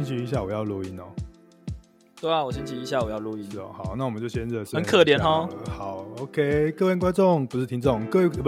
期一下午要录音哦。 对啊，我星期一下午要录音。 是哦，好，那我们就先热身。 很可怜哦。 好 ，OK， 各位观众不是听众，各位不，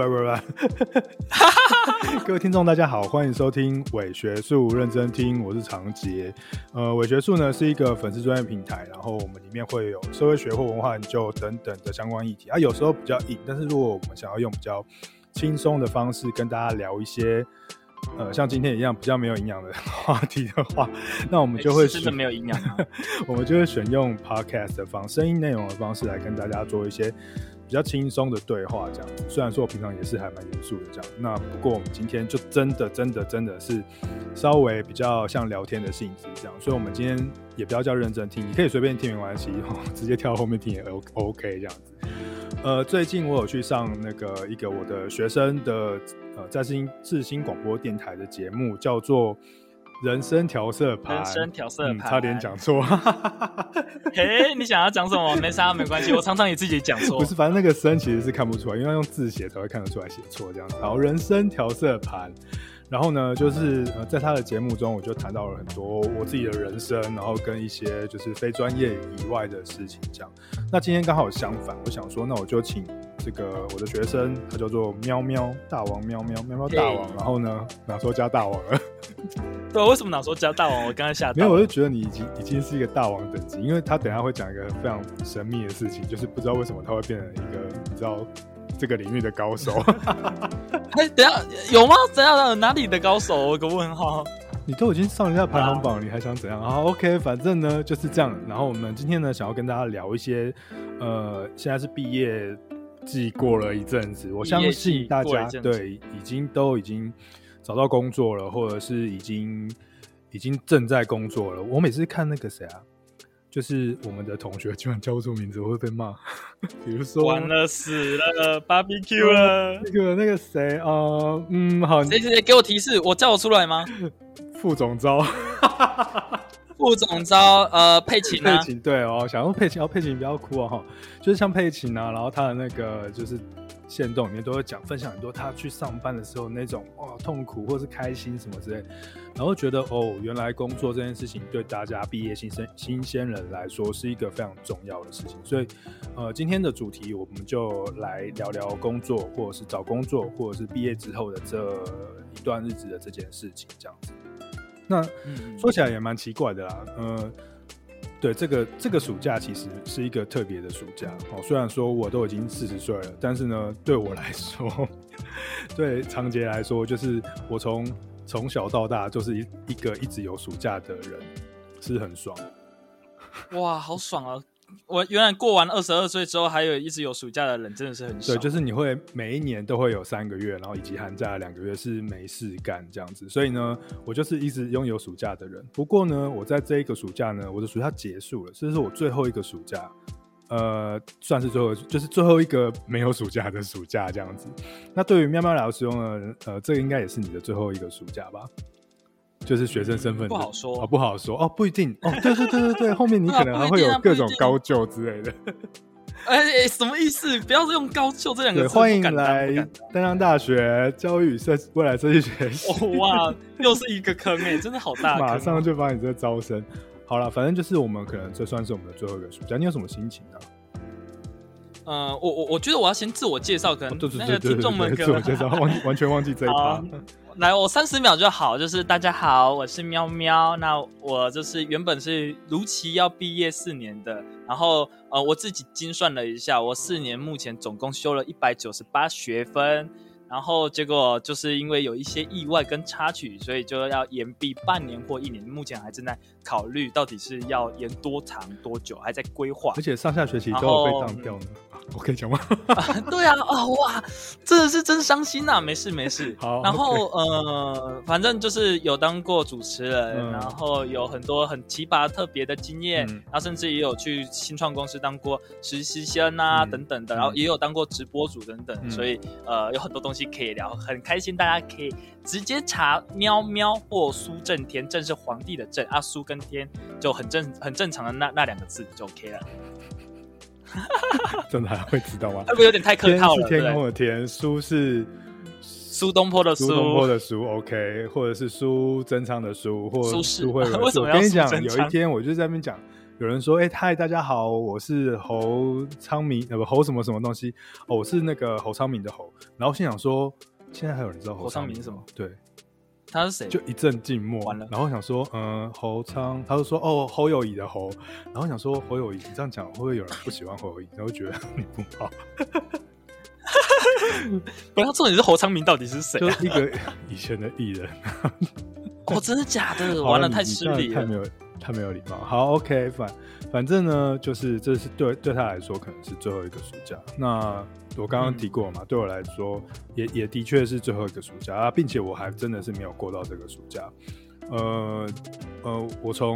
各位听众大家好，欢迎收听伪学术认真听，我是长杰。伪学术呢是一个粉丝专业平台，然后我们里面会有社会学或文化研究等等的相关议题啊，有时候比较硬，但是如果我们想要用比较轻松的方式跟大家聊一些。像今天一样比较没有营养的话题的话，那我们就会真的没有营养啊。 我们就会选用 podcast 的声音内容的方式来跟大家做一些比较轻松的对话，这样。虽然说我平常也是还蛮严肃的这样，那不过我们今天就真的是稍微比较像聊天的性质这样，所以我们今天也不要叫认真听，你可以随便听没关系，直接跳后面听也 OK 这样子。最近我有去上一个我的学生的在世新广播电台的节目，叫做人生调色盘。人生调色盘， 差点讲错。 嘿，你想要讲什么？没啥，没关系，我常常也自己讲错。 不是，反正那个声其实是看不出来，因为要用字写才会看得出来写错这样子。好，人生调色盘。然后呢，就是在他的节目中，我就谈到了很多我自己的人生，然后跟一些就是非专业以外的事情这样。那今天刚好相反，我想说，那我就请我的学生，他叫做喵喵大王，喵喵大王。然后呢，哪时候加大王了？ 对，为什么哪时候加大王？我刚才吓到。 没有，我就觉得你已经是一个大王等级，因为他等一下会讲一个非常神秘的事情，就是不知道为什么他会变成一个你知道这个领域的高手。 等一下有吗？怎样？哪里的高手？我有个问号。 你都已经上人家排行榜，你还想怎样？好 ，OK， 反正呢就是这样。然后我们今天呢想要跟大家聊一些，现在是毕业季过了一阵子，我相信大家对都已经找到工作了，或者是已经正在工作了。我每次看那个谁啊。就是我们的同学居然叫不出名字，我会被骂。比如说， 完了死了 ，BBQ 了。 那个谁好， 谁给我提示，我叫我出来吗？ 副总召， 副总召，佩琴啊， 佩琴对哦，想用佩琴，佩琴不要哭哦，就是像佩琴啊，然后他的那个就是限动里面都会分享很多他去上班的时候那种痛苦或是开心什么之类，然后觉得原来工作这件事情对大家毕业新鲜人来说是一个非常重要的事情，所以今天的主题我们就来聊聊工作，或者是找工作，或者是毕业之后的这一段日子的这件事情这样子。那说起来也蛮奇怪的啦，对，这个暑假其实是一个特别的暑假虽然说我都已经40岁了，但是呢，对我来说，对长杰来说，就是我从小到大就是一个一直有暑假的人，是很爽。 哇，好爽啊！我原来过完22岁之后，还有一直有暑假的人，真的是很爽。 对，就是你会每一年都会有3个月，然后以及寒假2个月是没事干这样子。所以呢，我就是一直拥有暑假的人。不过呢，我在这一个暑假呢，我的暑假结束了，这是我最后一个暑假，算是就是最后一个没有暑假的暑假这样子。那对于喵喵来说呢，这个应该也是你的最后一个暑假吧？就是学生身份不好说不好说不一定对，后面你可能还会有各种高就之类的。 什么意思？不要用高就这两个字。 欢迎来丹江大学教育未来设计学系。 哇，又是一个坑真的好大坑。 马上就把你这招生。好了，反正就是我们可能这算是我们的最后一个暑假。你有什么心情呢？ 我觉得我要先自我介绍，可能那个听众们自我介绍完全忘记这一趴。 来，我30秒就好。就是大家好，我是喵喵。那我就是原本是如期要毕业4年的，然后我自己精算了一下，我4年目前总共修了198学分，然后结果就是因为有一些意外跟插曲，所以就要延毕半年或1年。目前还正在考虑到底是要延多长多久，还在规划。 而且上下学期都有被当掉呢。我可以讲吗？ 对啊，哇，真的是真伤心啊！没事。 好， 然后反正就是有当过主持人，然后有很多很奇葩特别的经验，然后甚至也有去新创公司当过实习生啊等等的，然后也有当过直播主等等，所以有很多东西可以聊，很开心。大家可以直接查喵喵或苏正天，正是皇帝的正啊，苏跟天就很正常的那2个字就 OK 了。 真的还会知道吗？ 会不会有点太客套了？ 天是天空的天，苏是苏东坡的苏东坡的苏 OK， 或者是苏贞昌的苏，或者苏慧文。 为什么要我跟你讲， 苏贞昌有一天我就在那边讲，有人说嗨大家好，我是侯昌明侯什么什么东西我是那个侯昌明的侯，然后心想说现在还有人知道侯昌明是什么？ 对， 他是谁？ 就一阵静默， 完了。 然后想说，侯昌，他就说，侯友宜的侯，然后想说，侯友宜，你这样讲会不会有人不喜欢侯友宜？然后觉得你不好。 不要说你是侯昌明到底是谁？ 就是一个以前的艺人。 真的假的？完了，太失礼了， 太没有礼貌。好 ，OK， 反正呢，就是这是对他来说可能是最后一个暑假。那我刚刚提过嘛，对我来说也的确是最后一个暑假并且我还真的是没有过到这个暑假。我从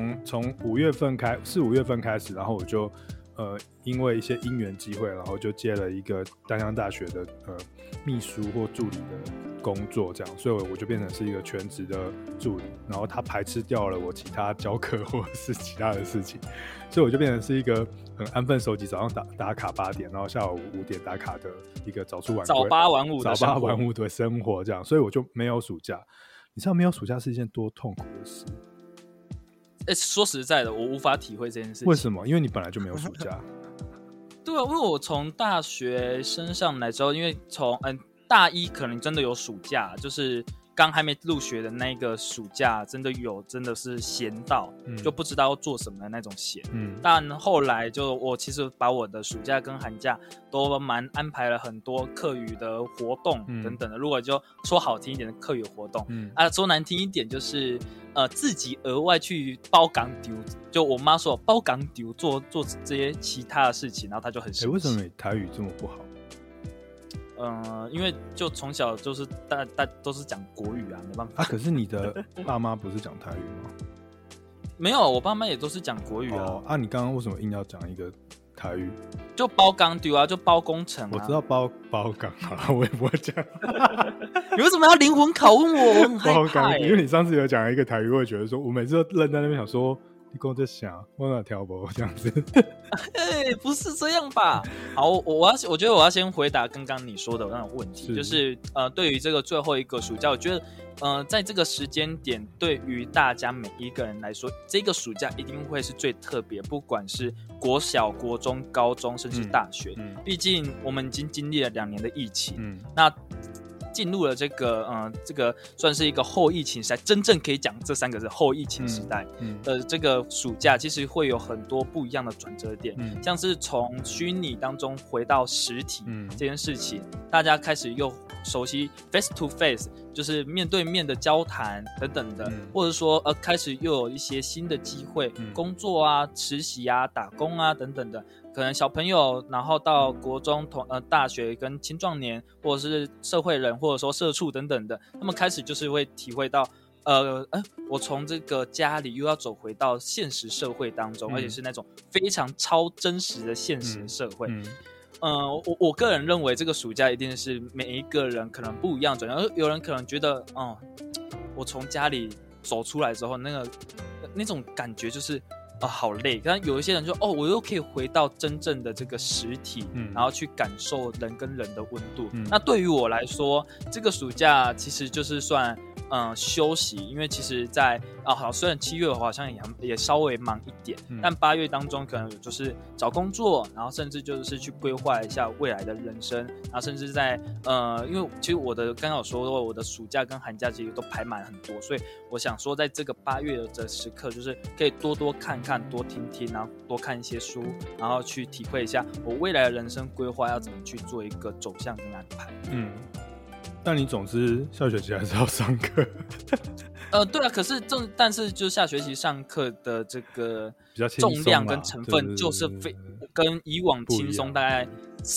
4、5月份开始，然后我就因为一些因缘机会，然后就接了一个淡江大学的秘书或助理的工作，这样，所以我就变成是一个全职的助理，然后他排斥掉了我其他教课或者是其他的事情，所以我就变成是一个很安分守己，早上打卡8点，然后下午5点打卡的一个早出晚归、 早8晚5 的生活，这样，所以我就没有暑假。你知道没有暑假是一件多痛苦的事？ 说实在的，我无法体会这件事情。 为什么？因为你本来就没有暑假。 对啊，因为我从大学升上来之后，因为从大一可能真的有暑假，就是刚还没入学的那个暑假，真的是闲到、就不知道要做什么的那种闲。但后来就我其实把我的暑假跟寒假都安排了很多课余的活动等等的。如果就说好听一点的课余活动，说难听一点就是自己额外去包港丢，就我妈说包港丢做这些其他的事情，然后她就很生气。 为什么你台语这么不好？ 因为就从小就是大都是讲国语啊，没办法。 可是你的爸妈不是讲台语吗？ 没有，我爸妈也都是讲国语啊。 你刚刚为什么硬要讲一个台语？ 就包钢丢啊，就包工程啊。 我知道包钢好，我也不会讲。 你为什么要灵魂拷问我？我很害怕因为你上次有讲一个台语，我会觉得说，我每次都愣在那边想说。你跟我在想，我哪条不这样子？ 不是这样吧？好，我觉得我要先回答刚刚你说的那种问题，就是对于这个最后一个暑假，我觉得在这个时间点，对于大家每一个人来说，这个暑假一定会是最特别，不管是国小、国中、高中，甚至大学。毕竟我们已经经历了2年的疫情，那进入了这个算是一个后疫情时代，真正可以讲这3个字后疫情时代的这个暑假，其实会有很多不一样的转折点，像是从虚拟当中回到实体这件事情，大家开始又熟悉 face to face， 就是面对面的交谈等等的，或者说开始又有一些新的机会，工作啊、实习啊、打工啊等等的。可能小朋友，然后到国中、大学跟青壮年，或者是社会人，或者说社畜等等的，他们开始就是会体会到，我从这个家里又要走回到现实社会当中，而且是那种非常超真实的现实社会。我个人认为这个暑假一定是每一个人可能不一样转变，有人可能觉得，我从家里走出来之后，那种感觉就是。好累，但有一些人就我又可以回到真正的这个实体，然后去感受人跟人的温度。那对于我来说，这个暑假其实就是算休息，因为其实在好，虽然7月我好像也稍微忙一点，但8月当中可能就是找工作，然后甚至就是去规划一下未来的人生，然后甚至在因为其实刚刚有说过，我的暑假跟寒假其实都排满很多，所以我想说在这个8月的时刻，就是可以多多看看，多听听，然后多看一些书，然后去体会一下我未来的人生规划要怎么去做一个走向跟安排。 但你总之下学期还是要上课。 对啊，可是但是就下学期上课的这个重量跟成分就是跟以往轻松大概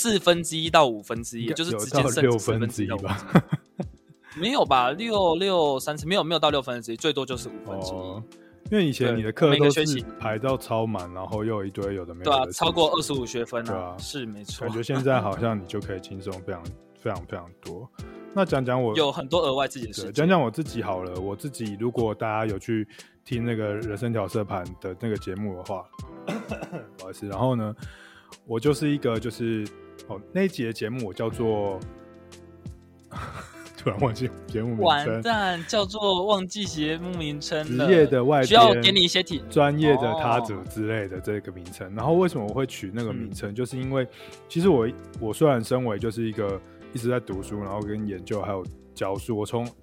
1/4到1/5，也就是直接剩1/6到1/5吧。没有吧？6/30没有到1/6，最多就是1/5。 因为以前你的课都是排到超满，然后又有一堆有的没有的。 对啊，超过25学分啊。对啊，是没错。 感觉现在好像你就可以轻松非常非常非常多。那讲讲我有很多额外自己的事情。 讲讲我自己好了，我自己如果大家有去听那个人生调色盘的那个节目的话，不好意思，然后呢，我就是一个就是那一集的节目我叫做突然忘记节目名称， 完蛋，叫做忘记节目名称了。 职业的外边， 需要给你一些题， 专业的他者之类的这个名称。然后为什么我会取那个名称，就是因为其实我虽然身为就是一个一直在读书，然后跟研究还有教书，我从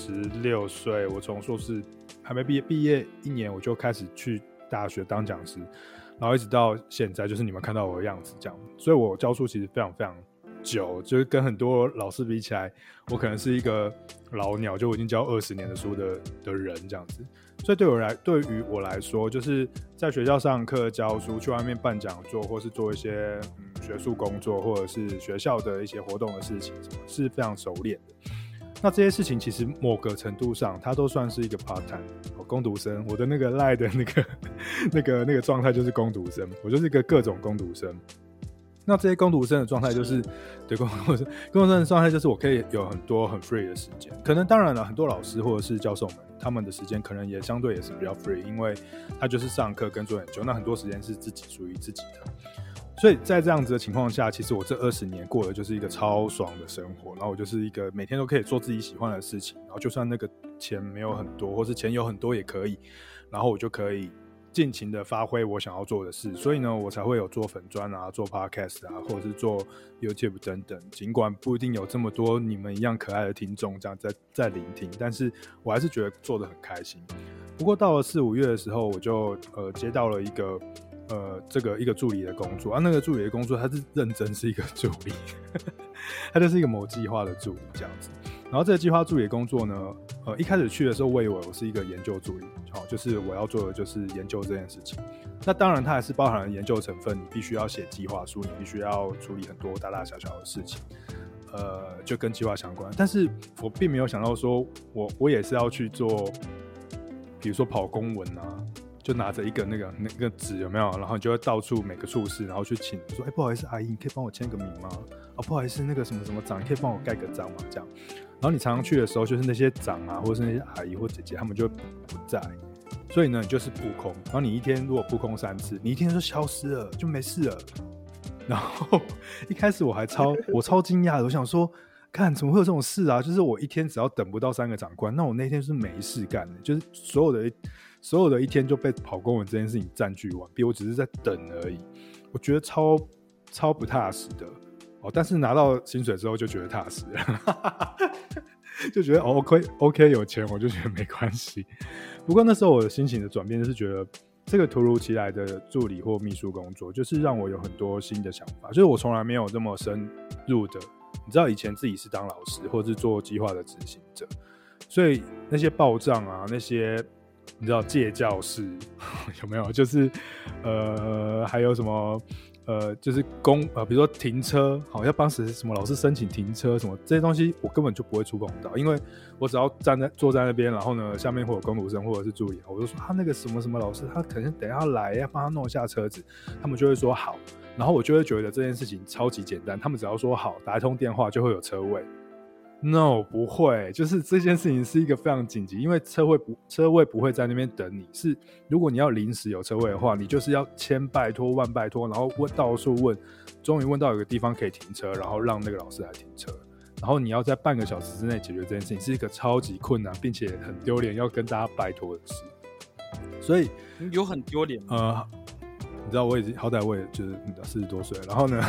26岁，我从硕士还没毕业1年，我就开始去大学当讲师，然后一直到现在，就是你们看到我的样子这样。所以我教书其实非常非常久，就是跟很多老师比起来，我可能是一个老鸟，就我已经教20年的书的人这样子。所以对于我来说，就是在学校上课教书，去外面办讲座，或是做一些学术工作，或者是学校的一些活动的事情，是非常熟练的。那这些事情其实某个程度上，它都算是一个 part time 工读生。我的那个赖的那个状态就是工读生，我就是一个各种工读生。那这些工读生的状态就是对工读生的状态就是我可以有很多很 free 的时间。可能当然了，很多老师或者是教授们，他们的时间可能也相对也是比较 free， 因为他就是上课跟做研究，那很多时间是属于自己的。所以在这样子的情况下，其实我这20年过的就是一个超爽的生活，然后我就是一个每天都可以做自己喜欢的事情，然后就算那个钱没有很多，或是钱有很多也可以，然后我就可以尽情的发挥我想要做的事。所以呢，我才会有做粉专啊，做 podcast 啊，或者是做 YouTube 等等。尽管不一定有这么多你们一样可爱的听众这样在聆听，但是我还是觉得做得很开心。不过到了4、5月的时候，我就接到了一个助理的工作啊，那个助理的工作他是认真是一个助理，他就是一个某计划的助理这样子。然后这个计划助理的工作呢，一开始去的时候我以为我是一个研究助理，就是我要做的就是研究这件事情。那当然它还是包含了研究成分，你必须要写计划书，你必须要处理很多大大小小的事情，就跟计划相关。但是我并没有想到说我也是要去做，比如说跑公文啊。就拿着一个那个纸有没有，然后你就会到处每个处室，然后去请说，不好意思阿姨，你可以帮我签个名吗？不好意思那个什么什么长，你可以帮我盖个章吗？这样，然后你常常去的时候，就是那些长啊，或是那些阿姨或姐姐，他们就不在，所以呢，你就是扑空。然后你一天如果扑空3次，你一天就消失了，就没事了。然后一开始我超惊讶的，我想说，看怎么会有这种事啊？就是我一天只要等不到3个长官，那我那天就是没事干的，就是所有的一天就被跑公文这件事情占据完毕，我只是在等而已。我觉得超不踏实的但是拿到薪水之后就觉得踏实了，就觉得OK 有钱我就觉得没关系。不过那时候我的心情的转变就是觉得这个突如其来的助理或秘书工作，就是让我有很多新的想法，就是我从来没有这么深入的，你知道以前自己是当老师或是做计划的执行者，所以那些报账啊，那些你知道借教室有没有？就是还有什么就是比如说停车，好要帮什么老师申请停车什么这些东西，我根本就不会触碰到，因为我只要坐在那边，然后呢下面会有工读生或者是助理，我就说他那个什么什么老师，他可能等一下来要帮他弄一下车子，他们就会说好，然后我就会觉得这件事情超级简单，他们只要说好，打一通电话就会有车位。No 不会，就是这件事情是一个非常紧急，因为车位不会在那边等你，是如果你要临时有车位的话，你就是要千拜托万拜托，然后到处问，终于问到有个地方可以停车，然后让那个老师来停车，然后你要在半个小时之内解决这件事情，是一个超级困难并且很丢脸要跟大家拜托的事。所以有很丢脸吗？ 你知道好歹我也就是40多岁，然后呢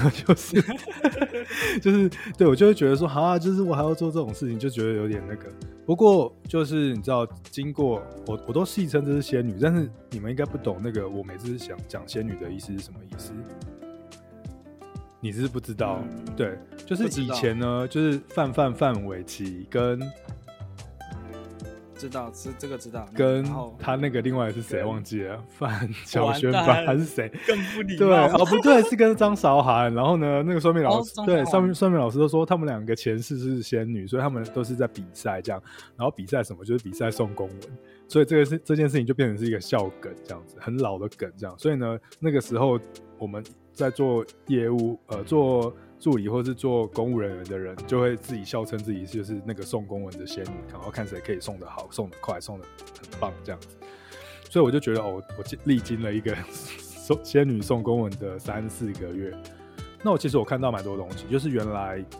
就是对我就会觉得说就是我还要做这种事情，就觉得有点那个。不过就是你知道，经过我都戏称这是仙女，但是你们应该不懂那个我每次想讲仙女的意思是什么意思。你是不知道，对，就是以前呢，就是范玮琪跟。 知道这个知道， 跟他那个另外是谁忘记了，范晓萱吧还是谁？ 更不礼貌。 对不对，是跟张韶涵。然后呢，那个算命老师，对算命老师都说他们2个前世是仙女，所以他们都是在比赛这样。然后比赛什么，就是比赛送公文，所以这件事情就变成是一个笑梗这样子，很老的梗这样。所以呢，那个时候我们在做业务，做助理或是做公务人员的人就会自己笑称自己就是那个送公文的仙女，然后看谁可以送得好，送得快，送得很棒这样子。所以我就觉得我历经了一个仙女送公文的3、4个月。那其实我看到蛮多东西，就是原来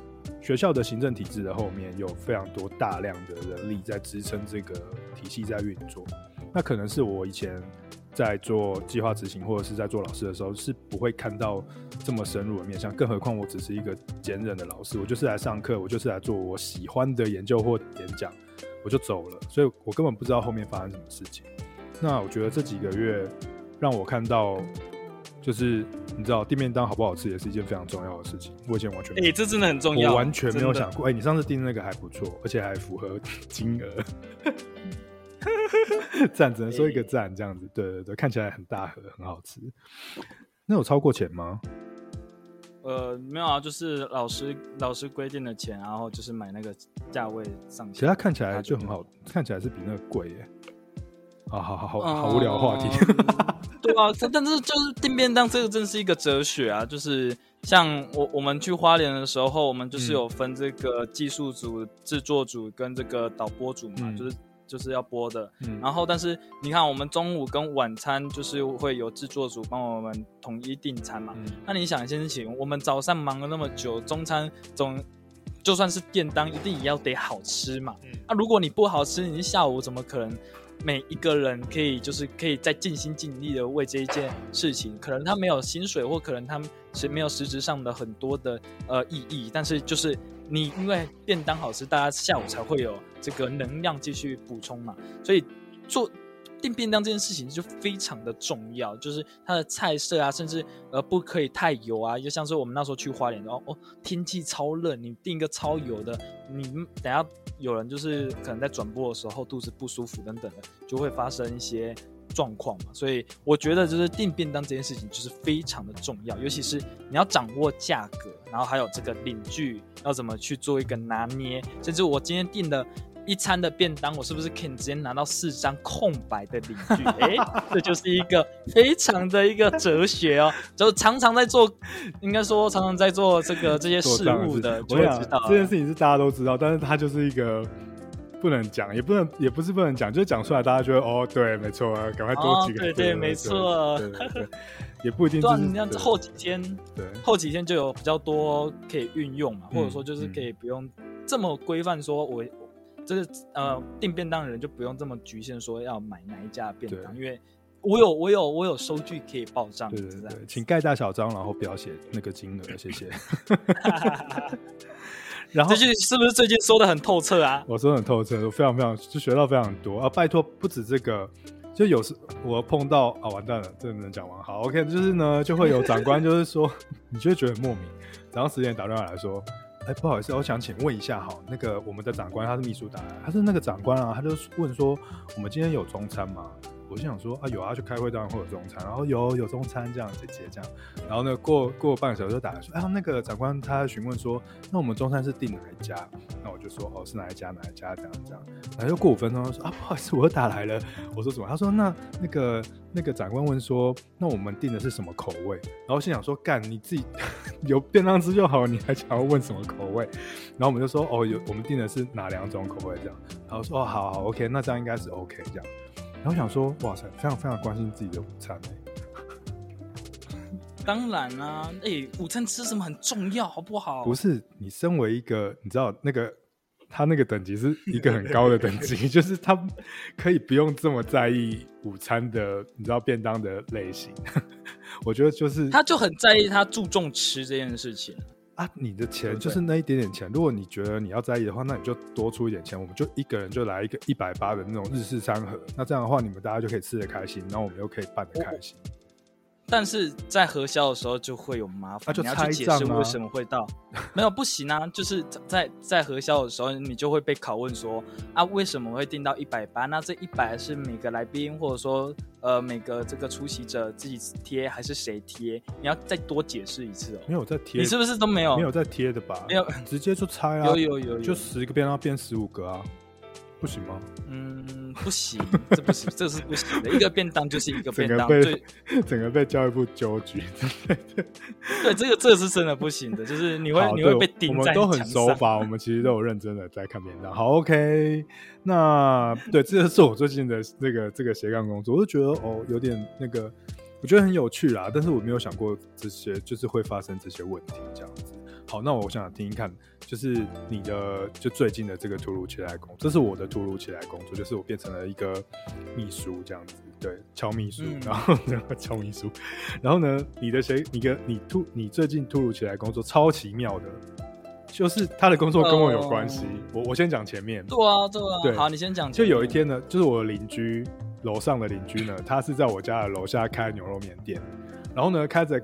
学校的行政体制的后面有非常多大量的人力在支撑这个体系在运作，那可能是我以前在做计划执行或者是在做老师的时候是不会看到这么深入的面向，更何况我只是一个兼任的老师，我就是来上课，我就是来做我喜欢的研究或演讲，我就走了，所以我根本不知道后面发生什么事情。那我觉得这几个月让我看到，就是你知道订便当好不好吃也是一件非常重要的事情。我以前完全这真的很重要， 我完全没有想过。你上次订那个还不错，而且还符合金额。赞，只能说一个赞，这样子。对对对，看起来很大盒，很好吃。那有超过钱吗？ 没有啊，就是老师规定的钱，然后就是买那个价位上限。 其实它看起来就很好，看起来是比那个贵耶。好无聊的话题。 对啊，但是就是订便当这个真是一个哲学啊，就是像我们去花莲的时候，我们就是有分这个技术组、制作组跟这个导播组嘛，就是要播的。然后但是你看我们中午跟晚餐就是会有制作组帮我们统一订餐嘛。那你想一件事情，我们早上忙了那么久，中餐就算是便当一定也要得好吃嘛。如果你不好吃，你下午怎么可能每一个人可以在尽心尽力的为这一件事情，可能他没有薪水，或可能他是没有实质上的很多的意义，但是就是你因为便当好吃，大家下午才会有这个能量继续补充嘛，所以做订便当这件事情就非常的重要，就是它的菜色啊，甚至不可以太油啊，就像是我们那时候去花莲，天气超热，你订一个超油的，你等下有人就是可能在转播的时候肚子不舒服等等的，就会发生一些状况嘛。所以我觉得就是订便当这件事情就是非常的重要，尤其是你要掌握价格，然后还有这个领距要怎么去做一个拿捏，甚至我今天订的一餐的便当，我是不是可以直接拿到4张空白的领据？这就是一个非常的一个哲学哦，就常常在做，应该说常常在做这些事物的，就会知道这件事情是大家都知道，但是它就是一个不能讲，也不是不能讲，就是讲出来大家觉得对，没错，赶快多几个， 对，没错， 对，也不一定就是。 你看后几天就有比较多可以运用嘛，或者说就是可以不用这么规范，说我。这个订便当的人就不用这么局限说要买哪一家的便当，因为我有收据可以报账。对， 请盖大小章，然后不要写那个金额，谢谢。然后这句是不是最近说的很透彻啊？ 我说的很透彻，我非常非常就学到非常多啊！拜托，不止这个，就有时我碰到完蛋了，这能讲完好 OK， 就是呢就会有长官就是说，你就会觉得很莫名，早上10点打电话来说。不好意思，我想请问一下那个我们的长官他是秘书打来，他是那个长官啊，他就问说我们今天有中餐吗？我就想说有啊，去开会当然会有中餐，然后有中餐这样姐姐这样，然后呢过半个小时就打来说那个长官他询问说那我们中餐是订哪一家？那我就说是哪一家这样，然后又过5分钟说不好意思我又打来了，我说什么？他说那个长官问说那我们订的是什么口味？然后心想说干你自己有便当吃就好，你还想要问什么口味？然后我们就说我们订的是哪2种口味这样，然后说好 OK， 那这样应该是 OK 这样。然后想说哇塞，非常非常关心自己的午餐当然啊，午餐吃什么很重要好不好？ 不是，你身为一个你知道他那个等级是一个很高的等级，就是他可以不用这么在意午餐的你知道便当的类型。我觉得就是他就很在意，他注重吃这件事情你的钱就是那一点点钱，如果你觉得你要在意的话，那你就多出一点钱，我们就一个人就来一个180的那种日式餐盒，那这样的话你们大家就可以吃得开心，然后我们又可以办得开心。 但是在核销的时候就会有麻烦， 就你要去解释为什么会到没有不行啊，就是在核销的时候你就会被拷问说为什么会订到180？那这100是每个来宾或者说每个这个出席者自己贴还是谁贴？你要再多解释一次没有在贴， 你是不是都没有？ 没有在贴的吧？ 没有， 直接就拆啊！ 有， 就10个便当变15个啊，不行吗？ 不行，这不行，这是不行的。一个便当就是一个便当， 整个被教育部纠举。 对，这个是真的不行的，就是你会被钉在墙上。 我们都很守法，我们其实都有认真的在看便当。好 ，OK， 那对，这就是我最近的这个斜杠工作，我就觉得有点我觉得很有趣啦，但是我没有想过这些就是会发生这些问题这样子。 好，那我想听听看，就是你的就最近的这个突如其来的工作，这是我的突如其来的工作，就是我变成了一个秘书这样子，对，敲秘书，然后敲秘书，然后呢，你最近突如其来的工作超奇妙的，就是他的工作跟我有关系。我先讲前面。 对啊，好，你先讲。 就有一天呢，就是我的邻居，楼上的邻居呢，他是在我家的楼下开牛肉面店，然后呢，开了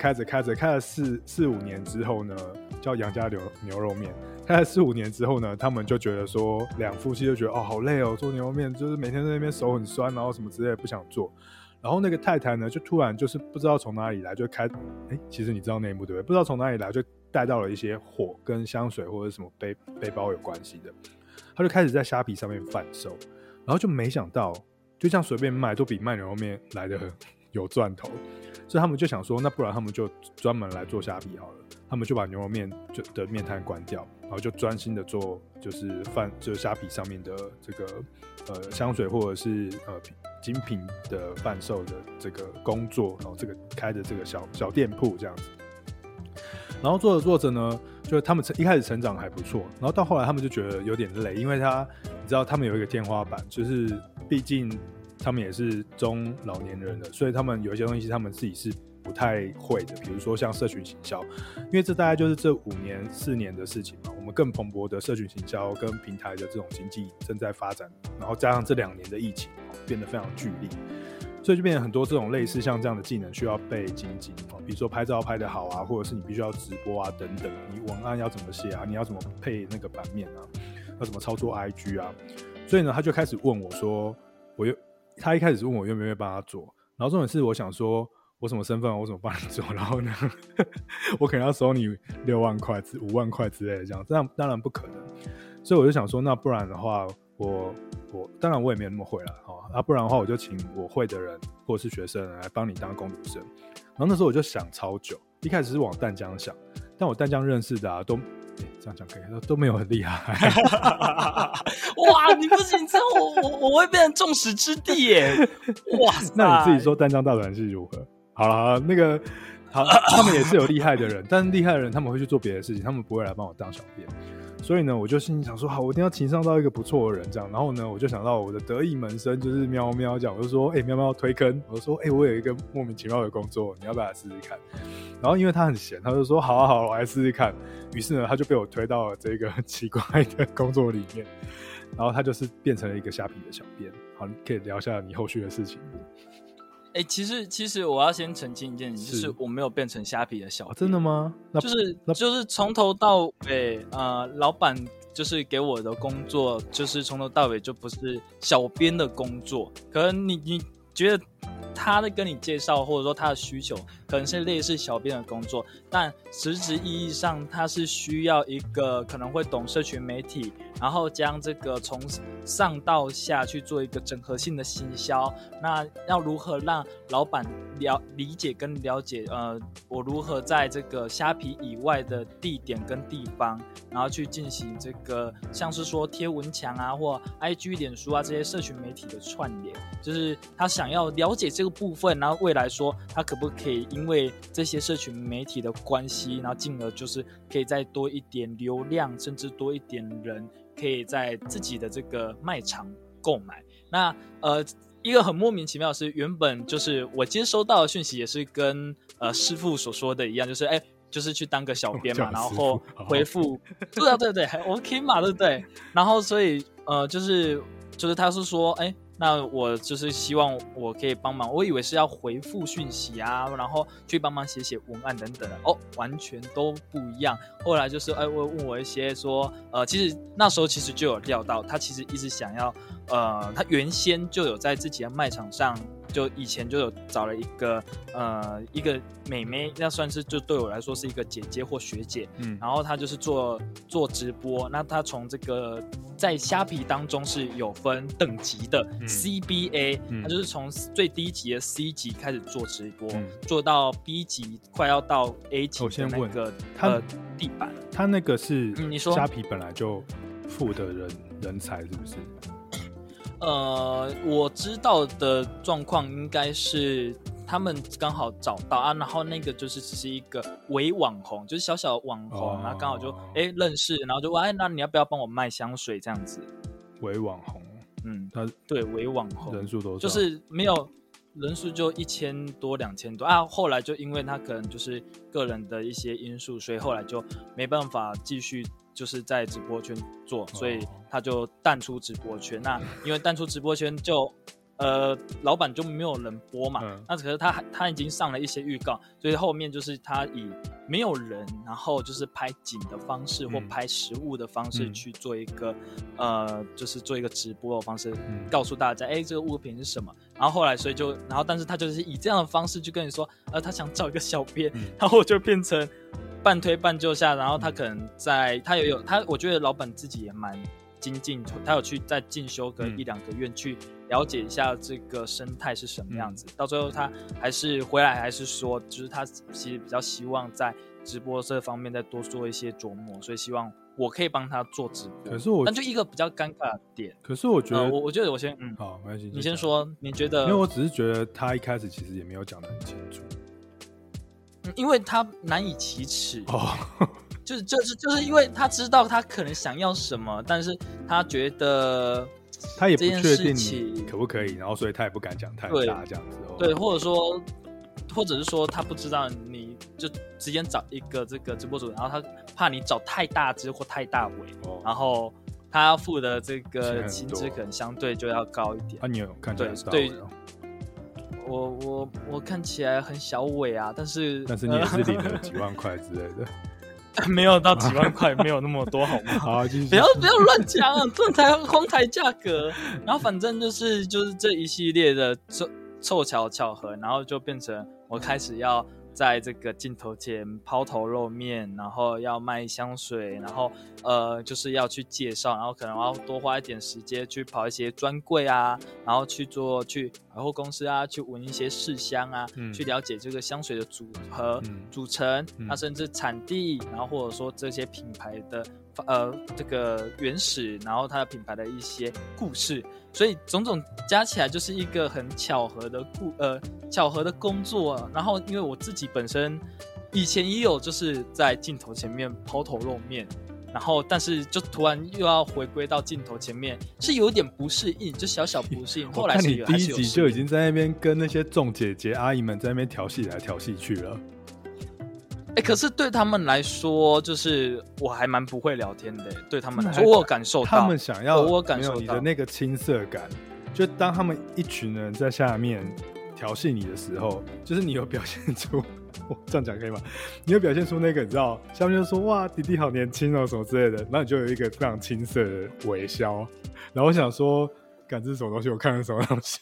4-5年之后呢，叫杨家牛肉面。开了4-5年之后呢，他们就觉得说，两夫妻就觉得哦，好累哦，做牛肉面就是每天在那边手很酸，然后什么之类的不想做。然后那个太太呢，就突然就是不知道从哪里来，就其实你知道内幕对不对？不知道从哪里来，就带到了一些火跟香水或者什么背包有关系的，他就开始在虾皮上面贩售，然后就没想到就这样随便卖都比卖牛肉面来的有赚头，所以他们就想说，那不然他们就专门来做虾皮好了。他们就把牛肉面的面摊关掉，然后就专心的做就是虾皮上面的这个香水或者是精品的贩售的这个工作，然后这个开的这个小店铺这样子。然后做着呢，就他们一开始成长还不错，然后到后来他们就觉得有点累，因为你知道他们有一个天花板，就是毕竟他们也是中老年人了，所以他们有一些东西他们自己是不太会的，比如说像社群行销，因为这大概就是这4年的事情嘛。我们更蓬勃的社群行销跟平台的这种经济正在发展，然后加上这2年的疫情，变得非常剧烈，所以就变成很多这种类似像这样的技能需要被精进，比如说拍照拍得好啊，或者是你必须要直播啊等等，你文案要怎么写啊，你要怎么配那个版面啊，要怎么操作 IG 啊。所以呢，他就开始问我说，他一开始问我愿不愿意帮他做，然后重点是我想说，我什么身份，我怎么帮你做？然后呢，我可能要收你6万块、5万块之类的，这样当然不可能。所以我就想说，那不然的话，我当然我也没有那么会啦，不然的话我就请我会的人或者是学生来帮你当工读生。然后那时候我就想超久，一开始是往淡江想，但我淡江认识的都。这样讲可以，都没有很厉害。 哇，你不行，这样我会变成众矢之的耶！哇塞， 那你自己说淡江大转系如何？好了，那个好，他们也是有厉害的人，但是厉害的人他们会去做别的事情，他们不会来帮我当小编。所以呢，我就心里想说，好，我一定要情商到一个不错的人，这样。然后呢，我就想到我的得意门生就是喵喵，这样，我就说，喵喵推坑，我就说，我有一个莫名其妙的工作，你要不要来试试看？然后因为他很闲，他就说，好啊，我来试试看。于是呢，他就被我推到了这个奇怪的工作里面，然后他就是变成了一个虾皮的小编。好，你可以聊一下你后续的事情。 其实我要先澄清一件事，就是我没有变成虾皮的小编。 真的吗？ 就是从头到尾，老板就是给我的工作，就是从头到尾就不是小编的工作。可能你觉得他在跟你介绍，或者说他的需求可能是类似小编的工作，但实质意义上他是需要一个可能会懂社群媒体，然后将这个从上到下去做一个整合性的行销。那要如何让老板理解跟了解我如何在这个虾皮以外的地点跟地方，然后去进行这个像是说贴文墙啊或 IG 脸书啊这些社群媒体的串联，就是他想要了解这个部分，然后未来说他可不可以因为这些社群媒体的关系，然后进而就是可以再多一点流量，甚至多一点人可以在自己的这个卖场购买。那一个很莫名其妙的是，原本就是我接收到的讯息也是跟师父所说的一样，就是就是去当个小编嘛，然后回复对还 OK 嘛，对不对？然后所以就是他是说那我就是希望我可以帮忙，我以为是要回复讯息啊，然后去帮忙写文案等等的完全都不一样。后来就是我问我一些说其实那时候其实就有料到他其实一直想要他原先就有在自己的卖场上，就以前就有找了一个妹妹，那算是就对我来说是一个姐姐或学姐，然后她就是做直播。那她从这个在虾皮当中是有分等级的，CBA，她就是从最低级的 C 级开始做直播，做到 B 级，快要到 A 级的那个地板。 他那个是你说虾皮本来就付的人才是不是？ 我知道的状况应该是他们刚好找到啊，然后那个就是只是一个伪网红，就是小小的网红，然后刚好就认识，然后就那你要不要帮我卖香水这样子？ 伪网红， 对，伪网红人数多少？ 就是没有人数就1000多2000多啊，后来就因为他可能就是个人的一些因素，所以后来就没办法继续就是在直播圈做，所以他就淡出直播圈。那因为淡出直播圈就老板就没有人播嘛，那可是他已经上了一些预告，所以后面就是他以没有人，然后就是拍景的方式或拍实物的方式去做一个就是做一个直播的方式，告诉大家这个物品是什么。然后后来所以就然后但是他就是以这样的方式去跟你说他想找一个小编，然后就变成半推半就下，然后他可能他我觉得老板自己也蛮精进，他有去再进修个1-2个月去了解一下这个生态是什么样子，到最后他还是回来还是说就是他其实比较希望在直播这方面再多做一些琢磨，所以希望我可以帮他做直播。 可是但就一个比较尴尬的点， 可是我觉得我觉得我先好，没关系， 你先说，你觉得？ 因为我只是觉得他一开始其实也没有讲得很清楚， 因为他难以启齿就是因为他知道他可能想要什么，但是他觉得他也不确定你可不可以，然后所以他也不敢讲太大这样子。 对，或者是说他不知道你就直接找一个这个直播主，然后他怕你找太大只或太大尾，然后他要付的这个薪资可能相对就要高一点。 你有看起来是大尾哦？ 我看起来很小尾啊，但是你也是领了几万块之类的。 没有到几万块，没有那么多好吗？ 好， 不要乱讲啊，这才荒抬价格。然后反正就是这一系列的凑巧合，然后就变成我开始要在这个镜头前抛头露面，然后要卖香水，然后就是要去介绍，然后可能要多花一点时间去跑一些专柜啊，然后去百货公司啊，去闻一些试香啊，去了解这个香水的组合、组成，那甚至产地，然后或者说这些品牌的这个原始，然后它的品牌的一些故事，所以种种加起来就是一个很巧合的工作。然后因为我自己本身以前也有就是在镜头前面抛头露面，然后但是就突然又要回归到镜头前面，是有点不适应，就小不适应。后来是我看你第一集就已经在那边跟那些众姐姐阿姨们在那边调戏来调戏去了。 可是对他们来说，就是我还蛮不会聊天的。对他们来说，我有感受到他们想要我感受到你的那个青涩感，就当他们一群人在下面调戏你的时候，就是你有表现出，我这样讲可以吗？你有表现出那个你知道，下面就说哇弟弟好年轻哦什么之类的，然后你就有一个非常青涩的微笑，然后我想说，干这是什么东西？我看的什么东西？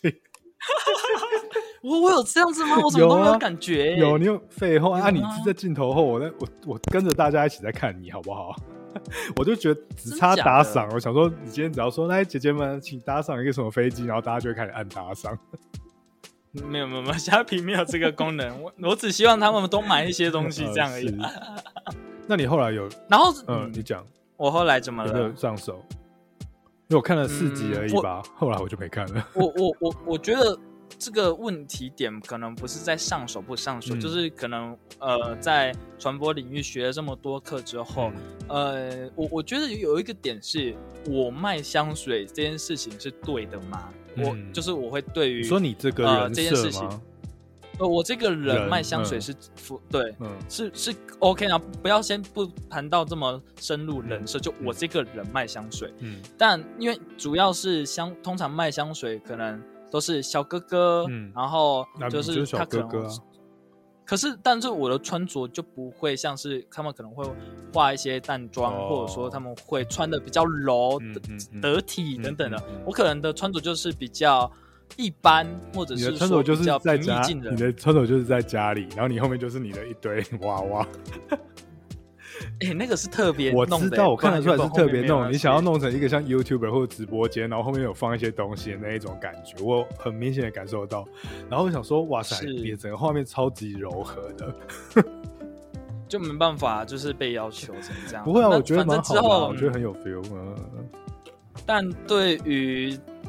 我有这样子吗？我怎么都没有感觉。 有，你有废话啊！你是在镜头后，我跟着大家一起在看你，好不好？我就觉得只差打赏，我想说，你今天只要说来姐姐们，请打赏一个什么飞机，然后大家就会开始按打赏。 没有，虾皮没有这个功能，我只希望他们都买一些东西这样而已。 那你后来有？ 然后你讲， 我后来怎么了？ 有没有上手？因为我看了4集而已吧，后来我就没看了。 我觉得。这个问题点可能不是在上手不上手，就是可能在传播领域学了这么多课之后，我觉得有一个点是，我卖香水这件事情是对的吗？就是我会对于说你这个人这件事情，我这个人卖香水是对，是 OK 啊，不要先不谈到这么深入人设，就我这个人卖香水，但因为主要是通常卖香水可能。都是小哥哥，然后就是他可能，但是我的穿着就不会像是他们可能会化一些淡妆，或者说他们会穿的比较柔、得体等等的。我可能的穿着就是比较一般，或者是说比较平易近人。 你的穿着就是在家里，然后你后面就是你的一堆娃娃。 那个是特别弄的，我知道，我看得出来是特别弄。你想要弄成一个像 YouTuber 或者直播间，然后后面有放一些东西的那一种感觉，我很明显的感受到。然后我想说，哇塞，你整个画面超级柔和的， 就没办法，就是被要求成这样。 不会啊，我觉得蛮好的，我觉得很有 feel。 但对于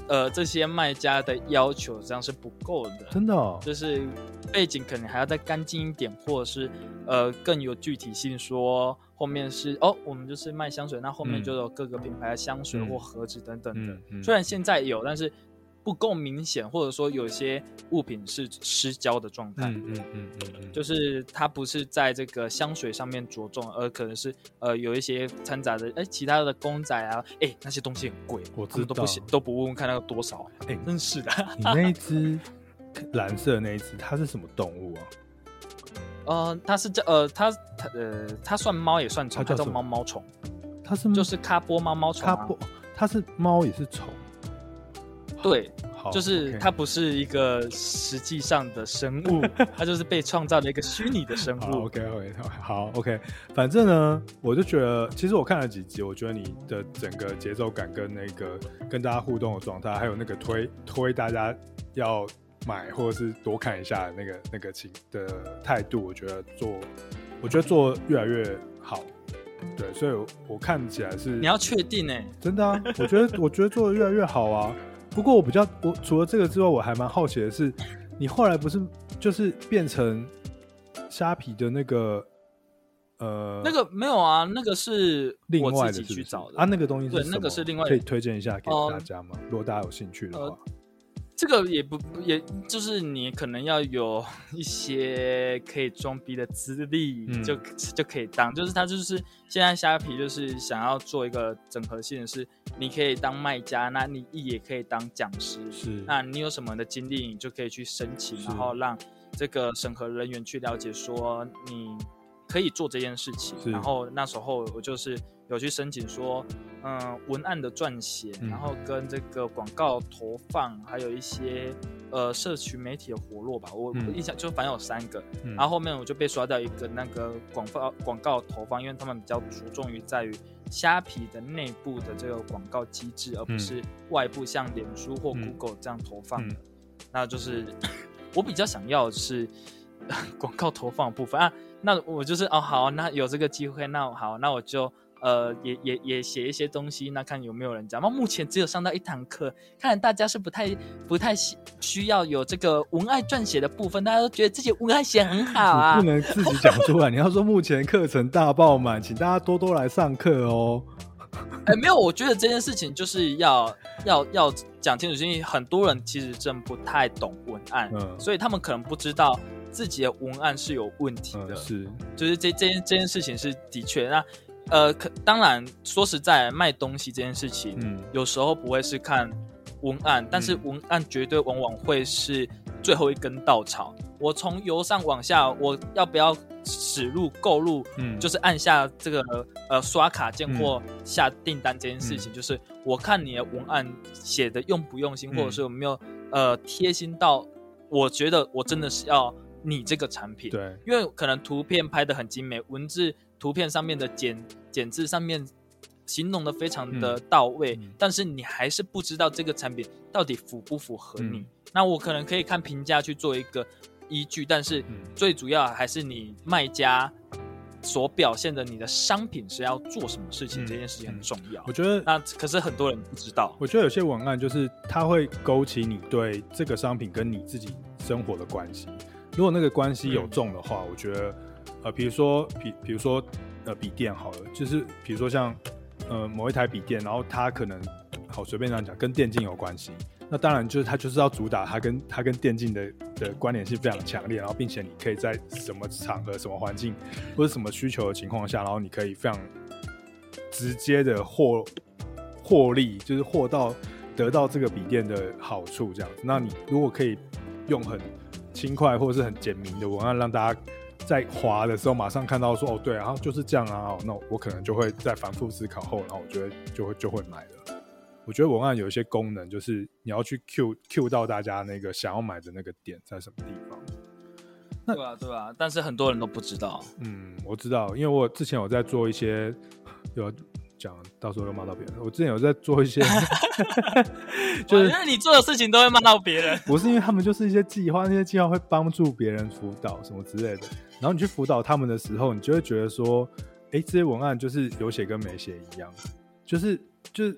这些卖家的要求这样是不够的， 真的哦， 就是背景可能还要再干净一点，或者是更有具体性，说后面是我们就是卖香水，那后面就有各个品牌的香水或盒子等等的。虽然现在有，但是不够明显，或者说有些物品是失焦的状态。就是它不是在这个香水上面着重，而可能是有一些掺杂的其他的公仔啊，那些东西很贵， 我知道都不问问看那个多少，真是的。 你那一只蓝色的那一只，它是什么动物啊？它是它算猫也算虫，它叫猫猫虫。 它是就是咖波猫猫虫、啊， 它是猫也是虫。 对，就是它不是一个实际上的生物，它就是被创造的一个虚拟的生物。 好 ，OK， 反正呢，我就觉得，其实我看了几集，我觉得你的整个节奏感跟那个跟大家互动的状态，还有那个推大家要买或者是多看一下的那个的态度，我觉得做越来越好。对，所以我看起来是你要确定真的啊，我觉得做的越来越好啊。不过我除了这个之外，我还蛮好奇的是，你后来不是就是变成虾皮的那个那个没有啊，那个是我自己去找的啊。那个东西是什么？ 对，那个是另外的， 可以推荐一下给大家吗？如果大家有兴趣的话。 这个也就是你可能要有一些可以装逼的资历，就可以当。就是它就是现在虾皮就是想要做一个整合性的是，你可以当卖家，那你也可以当讲师。 是， 那你有什么的经历，你就可以去申请，然后让这个审核人员去了解说你可以做这件事情。然后那时候我就是有去申请说，文案的撰写，然后跟这个广告投放，还有一些社群媒体的活络吧。我印象就反正有3个，然后后面我就被刷掉一个那个广告投放，因为他们比较着重于在于虾皮的内部的这个广告机制，而不是外部像脸书或 Google 这样投放的。那就是我比较想要的是广告投放的部分啊。那我就是好，那有这个机会，那好，那我就也写一些东西，那看有没有人讲。那目前只有上到1堂课，看来大家是不太需要有这个文案撰写的部分，大家都觉得这些文案写很好啊。 你不能自己讲出来，你要说目前课程大爆满，请大家多多来上课哦。 没有，我觉得这件事情就是要讲清楚，因为很多人其实真不太懂文案，所以他们可能不知道自己的文案是有问题的。是，就是这件事情是的确那。当然说实在卖东西这件事情，有时候不会是看文案，但是文案绝对往往会是最后一根稻草。我从由上往下，我要不要驶入购入，就是按下这个刷卡键或下订单这件事情，就是我看你的文案写的用不用心，或者是有没有贴心到我觉得我真的是要你这个产品。 对， 因为可能图片拍得很精美，文字图片上面的剪字上面形容的非常的到位，但是你还是不知道这个产品到底符不符合你。那我可能可以看评价去做一个依据，但是最主要还是你卖家所表现的你的商品是要做什么事情，这件事情很重要。 我觉得那可是很多人不知道。 我觉得有些文案就是它会勾起你对这个商品跟你自己生活的关系。如果那个关系有重的话，我觉得比如说笔电好了，就是比如说像某一台笔电，然后它可能好随便这样讲跟电竞有关系，那当然就是它就是要主打它跟电竞的关联性非常强烈，然后并且你可以在什么场合、什么环境或者什么需求的情况下，然后你可以非常直接的获利，就是得到这个笔电的好处这样子。那你如果可以用很轻快或者是很简明的文案，让大家在滑的时候马上看到说哦对，然后就是这样啊，那我可能就会在反复思考后，然后我觉得就会买了。我觉得文案有一些功能，就是你要去 Q 到大家那个想要买的那个点在什么地方。 对啊，但是很多人都不知道。 我知道，因为我之前有在做一些有讲，到时候又骂到别人。我之前有在做一些就是因为你做的事情都会骂到别人， 不是因为他们就是一些计划，那些计划会帮助别人辅导什么之类的，然后你去辅导他们的时候，你就会觉得说这些文案就是有写跟没写一样，就是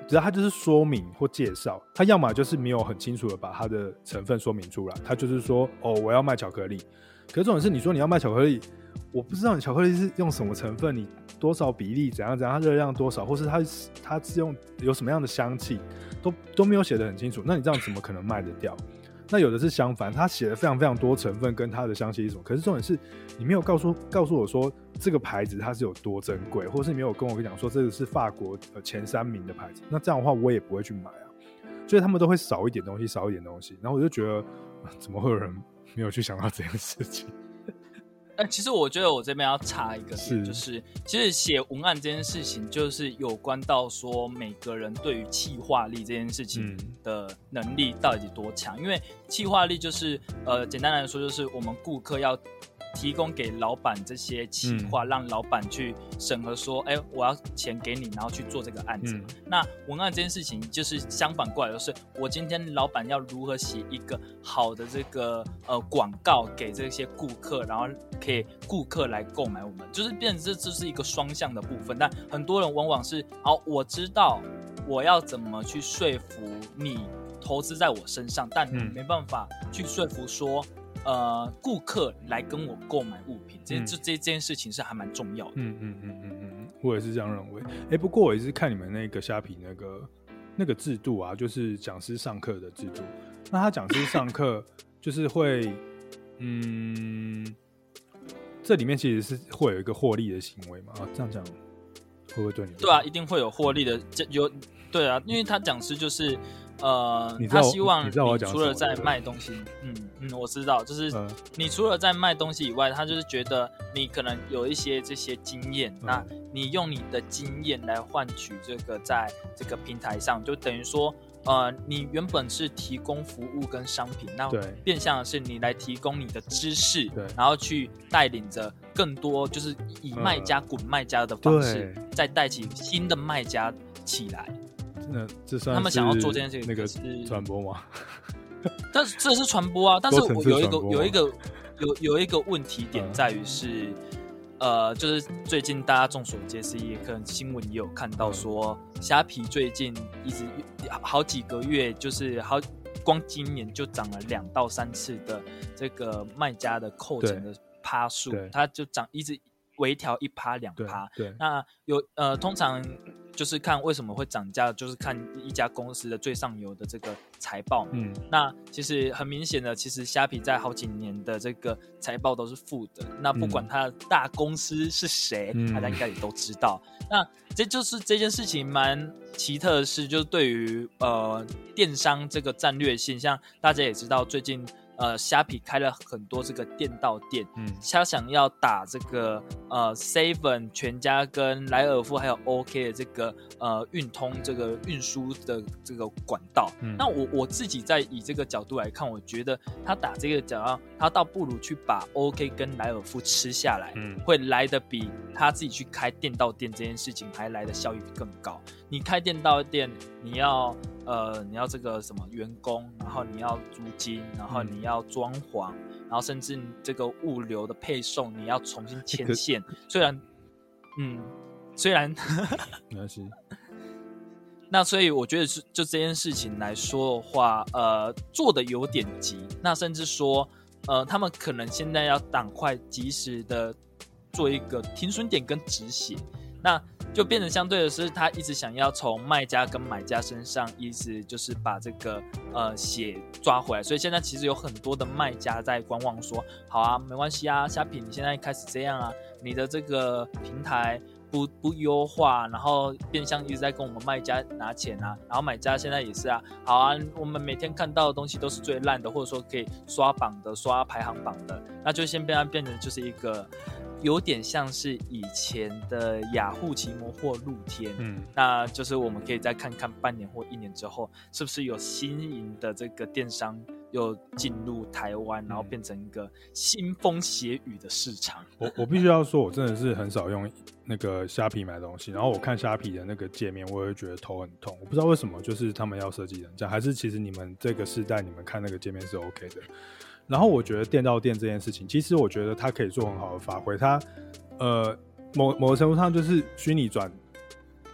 只要它就是说明或介绍，它要么就是没有很清楚的把它的成分说明出来，它就是说我要卖巧克力，可是重点是你说你要卖巧克力，我不知道你巧克力是用什么成分，你多少比例怎样怎样，它热量多少，或是它是用有什么样的香气，都没有写得很清楚，那你这样怎么可能卖得掉？那有的是相反，他写了非常非常多成分跟它的香气是什么，可是重点是你没有告诉我说这个牌子它是有多珍贵，或是你没有跟我讲说这个是法国前3名的牌子，那这样的话我也不会去买啊。所以他们都会少一点东西，然后我就觉得怎么会有人没有去想到这件事情？ 其实我觉得我这边要插一个点，就是其实写文案这件事情，就是有关到说每个人对于企划力这件事情的能力到底多强。因为企划力就是简单来说，就是我们顾客要提供给老板这些企划，让老板去审核说，我要钱给你，然后去做这个案子。那文案这件事情就是相反过来，就是我今天老板要如何写一个好的这个广告给这些顾客，然后可以顾客来购买我们，就是变成这是一个双向的部分。但很多人往往是，我知道我要怎么去说服你投资在我身上，但你没办法去说服说顾客来跟我购买物品，这件事情是还蛮重要的。 我也是这样认为。不过我也是看你们那个虾皮那个制度啊，就是讲师上课的制度。那他讲师上课就是会，这里面其实是会有一个获利的行为嘛？这样讲会不会对你？ 对啊，一定会有获利的，对啊，因为他讲师就是他希望你除了在卖东西，我知道，就是你除了在卖东西以外，他就是觉得你可能有一些这些经验，那你用你的经验来换取这个在这个平台上，就等于说你原本是提供服务跟商品，那变相的是你来提供你的知识，然后去带领着更多，就是以卖家滚卖家的方式，再带起新的卖家起来。 这算是他们想要做这件事情， 那个传播吗？ 但是这是传播啊，但是我有一个问题点在于是，就是最近大家众所皆知，也可能新闻也有看到说，虾皮最近一直好几个月，就是光今年就涨了2到3次的这个卖家的扣成的趴数，它就一直微调1%、2%。那通常就是看为什么会涨价，就是看一家公司的最上游的这个财报。那其实很明显的，其实虾皮在好几年的这个财报都是负的。那不管它的大公司是谁，大家应该也都知道。那这就是这件事情蛮奇特的是，就是对于电商这个战略性，像大家也知道，最近虾皮开了很多这个店到店，他想要打这个Seven、全家跟莱尔富还有 OK 的这个运通这个运输的这个管道。那我自己在以这个角度来看，我觉得他打这个角度，他倒不如去把 OK 跟莱尔富吃下来，会来得比他自己去开店到店这件事情还来的效益更高。你开店到店，你要这个什么员工，然后你要租金，然后你要装潢，然后甚至你这个物流的配送你要重新牵线。虽然没关系。 那所以我觉得就这件事情来说的话，做的有点急。那甚至说，他们可能现在要赶快及时的做一个停损点跟止血。那就变成相对的是，他一直想要从卖家跟买家身上，一直就是把这个血抓回来。所以现在其实有很多的卖家在观望说，好啊，没关系啊，虾皮你现在开始这样啊，你的这个平台不优化，然后变相一直在跟我们卖家拿钱啊，然后买家现在也是啊，好啊，我们每天看到的东西都是最烂的，或者说可以刷榜的、刷排行榜的，那就先变成就是一个。有点像是以前的雅虎奇摩或露天，那就是我们可以再看看半年或1年之后，是不是有新颖的这个电商又进入台湾，然后变成一个腥风血雨的市场。 我必须要说，我真的是很少用那个虾皮买东西，然后我看虾皮的那个界面，我也会觉得头很痛。我不知道为什么，就是他们要设计成这样，还是其实你们这个世代，你们看那个界面是 OK 的。然后我觉得店到店这件事情，其实我觉得它可以做很好的发挥。它某个程度上就是虚拟转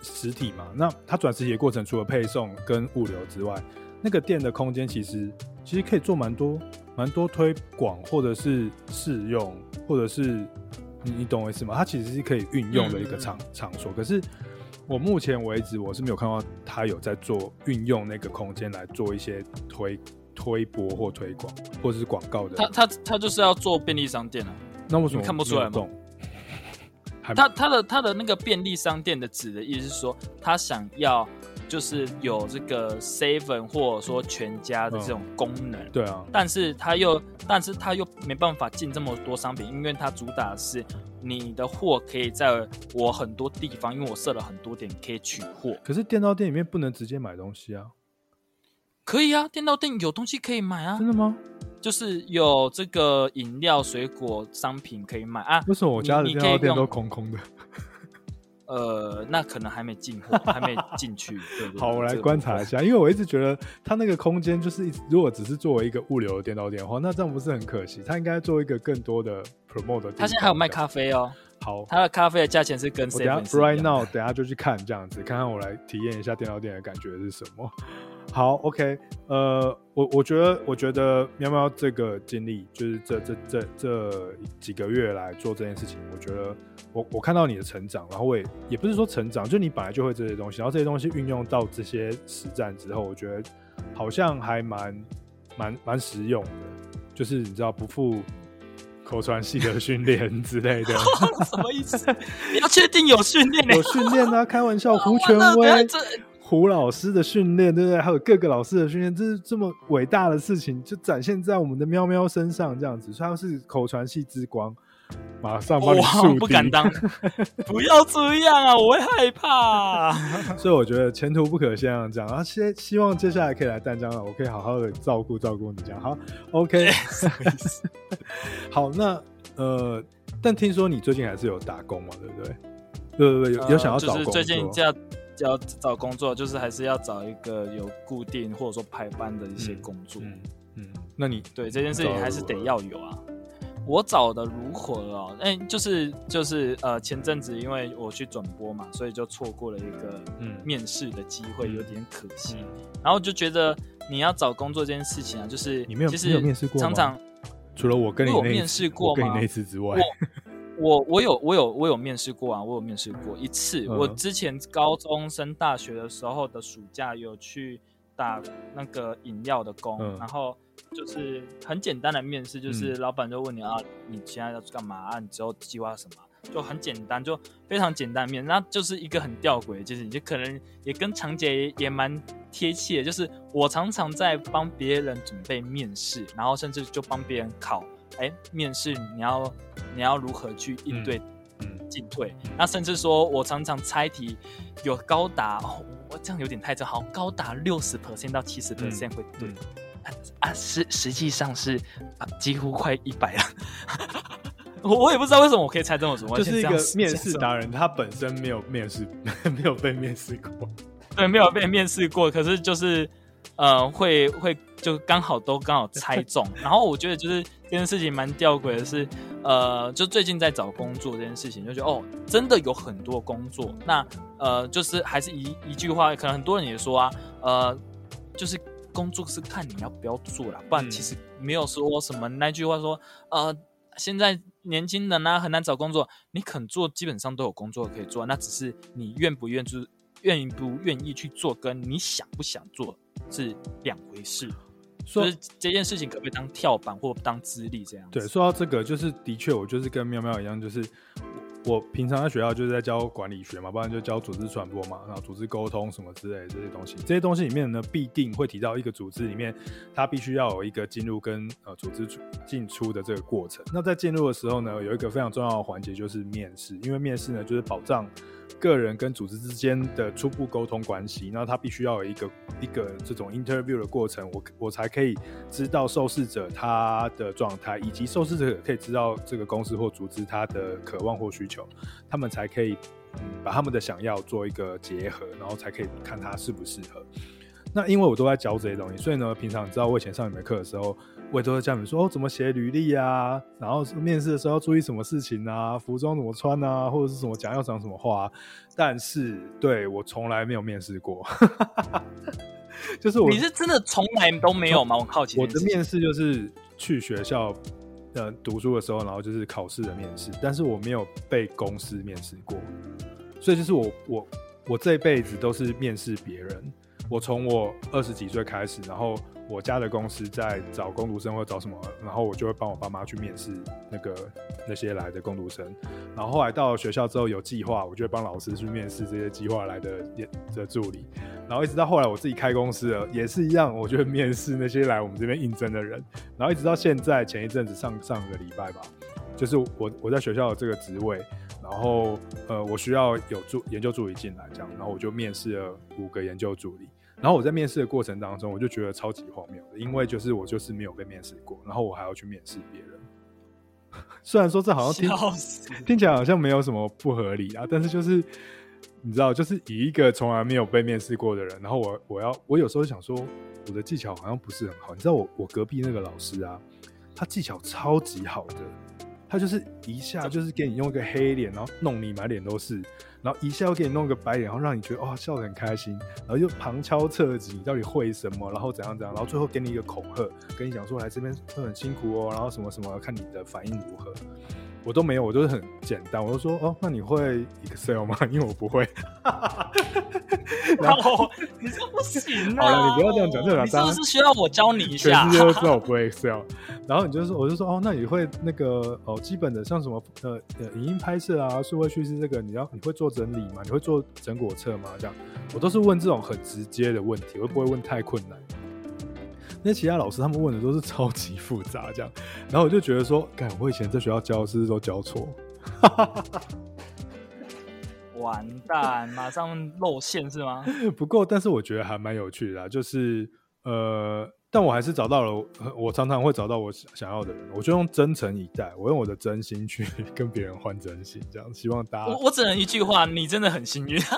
实体嘛，那它转实体的过程除了配送跟物流之外，那个店的空间其实可以做蛮多推广，或者是试用，或者是你懂我意思吗？它其实是可以运用的一个场所。可是我目前为止我是没有看到它有在做运用那个空间来做一些推播或推广或者是广告的。 他就是要做便利商店啊。 那为什么你看不出来吗？他的那个便利商店的指的意思是说，他想要就是有这个 Seven 或者说全家的这种功能， 对啊， 但是他又没办法进这么多商品，因为他主打的是你的货可以在我很多地方，因为我设了很多点可以取货。 可是店到店里面不能直接买东西啊？ 可以啊，店到店有东西可以买啊。 真的吗？ 就是有这个饮料、水果商品可以买啊。 为什么我家的店到店都空空的？ 那可能还没进货，还没进去。对， 好，我来观察一下，因为我一直觉得它那个空间就是如果只是作为一个物流的店到店的话，那这样不是很可惜？它应该做一个更多的 promote 的地方。 它现在还有卖咖啡哦。 好， 它的咖啡的价钱是跟 Seven 是一样的。right now 等一下就去看这样子，看看我来体验一下店到店的感觉是什么。好 ，OK， 我觉得喵喵这个经历，就是这几个月来做这件事情，我觉得我看到你的成长，然后我也不是说成长，就你本来就会这些东西，然后这些东西运用到这些实战之后，我觉得好像还蛮实用的，就是你知道不负口传系的训练之类的。 什么意思？你要确定有训练？ 有训练啊，开玩笑，胡权威。胡老师的训练，对不对？还有各个老师的训练，这是这么伟大的事情，就展现在我们的喵喵身上，这样子。所以他是口传系之光，马上帮你树敌。 不敢当，不要这样啊，我会害怕。 所以我觉得前途不可限量，这样。然后希望接下来可以来淡江了，我可以好好的照顾你，这样好。OK， 好，那但听说你最近还是有打工嘛，对不对？对，有想要找工作。 就是最近要找工作，就是还是要找一个有固定或者说排班的一些工作。 那你对这件事情还是得要有啊。我找的如何哦？就是前阵子因为我去转播嘛，所以就错过了一个面试的机会，有点可惜。然后就觉得你要找工作这件事情啊，就是你没有面试过吗？ 常常除了我跟你面试过吗？ 我跟你那一次之外。 我有面试过啊，我有面试过一次。我之前高中升大学的时候的暑假有去打那个饮料的工，然后就是很简单的面试，就是老板就问你啊，你现在要干嘛啊？你之后计划什么？就很简单，就非常简单的面试。那就是一个很吊诡，就是你就可能也跟长姐也蛮贴切的，就是我常常在帮别人准备面试，然后甚至就帮别人考。面试你要如何去应对进退？那甚至说我常常猜题有高达我这样有点太正，好高达60% 到70% 会对实际上是几乎快100了。我也不知道为什么我可以猜这么准， 就是一个面试达人，他本身没有被面试过， 对，没有被面试过，可是就是会就刚好猜中。然后我觉得就是这件事情蛮吊诡的是，就最近在找工作这件事情，就觉得真的有很多工作。那就是还是一句话，可能很多人也说啊，就是工作是看你要不要做啦，不然其实没有说什么那句话说现在年轻人啊很难找工作，你肯做基本上都有工作可以做，那只是你愿不愿意去做，跟你想不想做是两回事。就是这件事情可不可以当跳板或当资历这样子？ 对，说到这个，就是的确我就是跟喵喵一样，就是我平常在学校就是在教管理学嘛，不然就教组织传播嘛，然后组织沟通什么之类的这些东西。这些东西里面呢，必定会提到一个组织里面，它必须要有一个进入跟组织进出的这个过程。那在进入的时候呢，有一个非常重要的环节就是面试，因为面试呢就是保障个人跟组织之间的初步沟通关系，然后他必须要有一个这种 interview 的过程，我才可以知道受试者他的状态，以及受试者可以知道这个公司或组织他的渴望或需求，他们才可以把他们的想要做一个结合，然后才可以看他适不适合。那因为我都在教这些东西，所以呢，平常你知道我以前上你们课的时候， 我也都会教你们说怎么写履历啊，然后面试的时候要注意什么事情啊，服装怎么穿啊，或者是什么讲要讲什么话但是对我从来没有面试过就是你是真的从来都没有吗？我好奇。 我的面试就是去学校读书的时候，然后就是考试的面试，但是我没有被公司面试过，所以就是我这一辈子都是面试别人。我从我20几岁开始，然后我家的公司在找工读生或找什么，然后我就会帮我爸妈去面试那些来的工读生。然后后来到了学校之后有计划，我就会帮老师去面试这些计划来的助理。然后一直到后来我自己开公司了，也是一样，我就会面试那些来我们这边应征的人。然后一直到现在，前一阵子上个礼拜吧，就是我在学校的这个职位，然后我需要有研究助理进来这样，然后我就面试了5个研究助理。然后我在面试的过程当中，我就觉得超级荒谬的，因为我就是没有被面试过，然后我还要去面试别人。虽然说这好像听起来好像没有什么不合理啊，但是就是你知道，就是以一个从来没有被面试过的人，然后我有时候想说，我的技巧好像不是很好。你知道我隔壁那个老师啊，他技巧超级好的，他就是一下就是给你用一个黑脸，然后弄你满脸都是。然后一下又给你弄个白脸，然后让你觉得笑得很开心，然后又旁敲侧击你到底会什么，然后怎样，然后最后给你一个恐吓，跟你讲说来这边会很辛苦哦，然后什么什么，看你的反应如何。我都没有，我都是很简单，我就说那你会 Excel 吗？因为我不会。 然后你这不行啊！ 好了，你不要这样讲，这你是不是需要我教你一下？ 全世界都知道我不会 Excel。然后我就说那你会那个基本的像什么影音拍摄啊、数位叙事这个，你会做整理吗？你会做成果册吗？这样，我都是问这种很直接的问题，我不会问太困难。那其他老师他们问的都是超级复杂这样，然后我就觉得说，干，我以前在学校教是不是都教错？ 完蛋，马上露馅是吗？ 不过，但是我觉得还蛮有趣的啦，就是但我还是找到了，我常常会找到我想要的人，我就用真诚以待，我用我的真心去跟别人换真心，这样希望大家。 我只能一句话，你真的很幸运。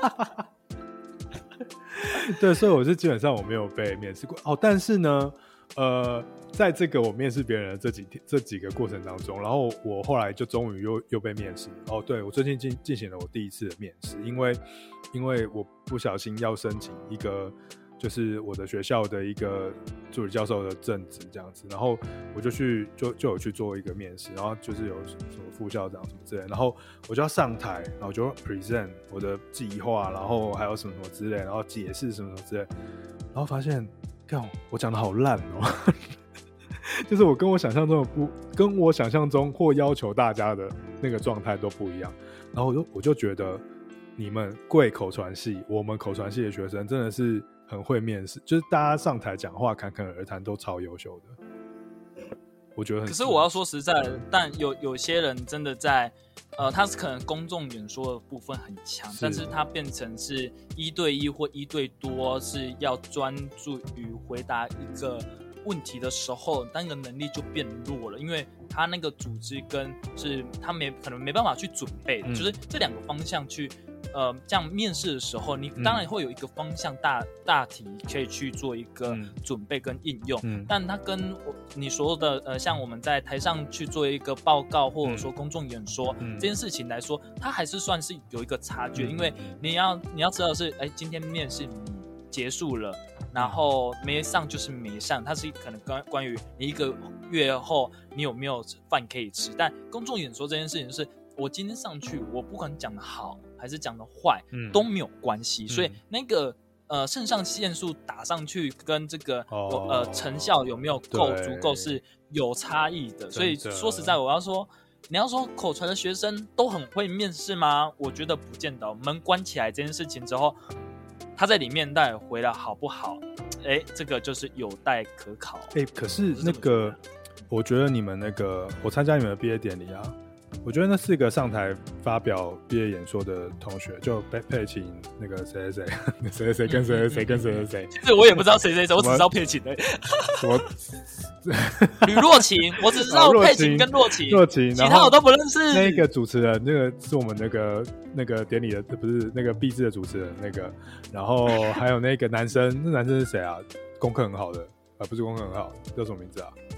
对，所以我是基本上我没有被面试过但是呢，在这个我面试别人的这几个过程当中，然后我后来就终于又被面试。对，我最近进行了我第一次的面试，因为我不小心要申请一个就是我的学校的一个助理教授的正职这样子，然后我就有去做一个面试，然后就是有什么副校长什么之类的，然后我就要上台，然后我就 present 我的计划，然后还有什么什么之类，然后解释什么什么之类，然后发现干我讲的好烂就是我跟我想象中或要求大家的那个状态都不一样，然后我就觉得你们贵口传系，我们口传系的学生真的是很会面试，就是大家上台讲话侃侃而谈都超优秀的，我觉得很。 可是我要说实在的，但有些人真的在他是可能公众演说的部分很强，但是他变成是1对1或1对多，是要专注于回答一个问题的时候，那个能力就变弱了，因为他那个组织跟是他可能没办法去准备的，就是这2个方向去这样面试的时候，你当然会有一个方向大题可以去做一个准备跟应用，但它跟你说的像我们在台上去做一个报告或者说公众演说这件事情来说，它还是算是有一个差距，因为你要知道的是，今天面试你结束了，然后没上就是没上，它是可能关于你1个月后你有没有饭可以吃，但公众演说这件事情是我今天上去，我不管讲的好还是讲的坏，都没有关系，所以那个肾上腺素打上去跟这个成效有没有足够是有差异的，所以说实在你要说口传的学生都很会面试吗？我觉得不见得，门关起来这件事情之后，他在里面到底回来好不好？这个就是有待可考。 可是那个，我觉得你们我参加你们的毕业典礼啊，我觉得那4个上台发表毕业演说的同学，就佩琴那个谁谁跟谁谁跟谁谁谁， 其实我也不知道谁谁谁，我只知道佩琴的。 什么？ 吕若晴，我只知道佩琴跟若晴，其他我都不认识。 那个主持人，那个是我们那个典礼的，不是那个毕制的主持人那个，然后还有那个男生，那男生是谁啊？功课很好的不是功课很好，叫什么名字啊？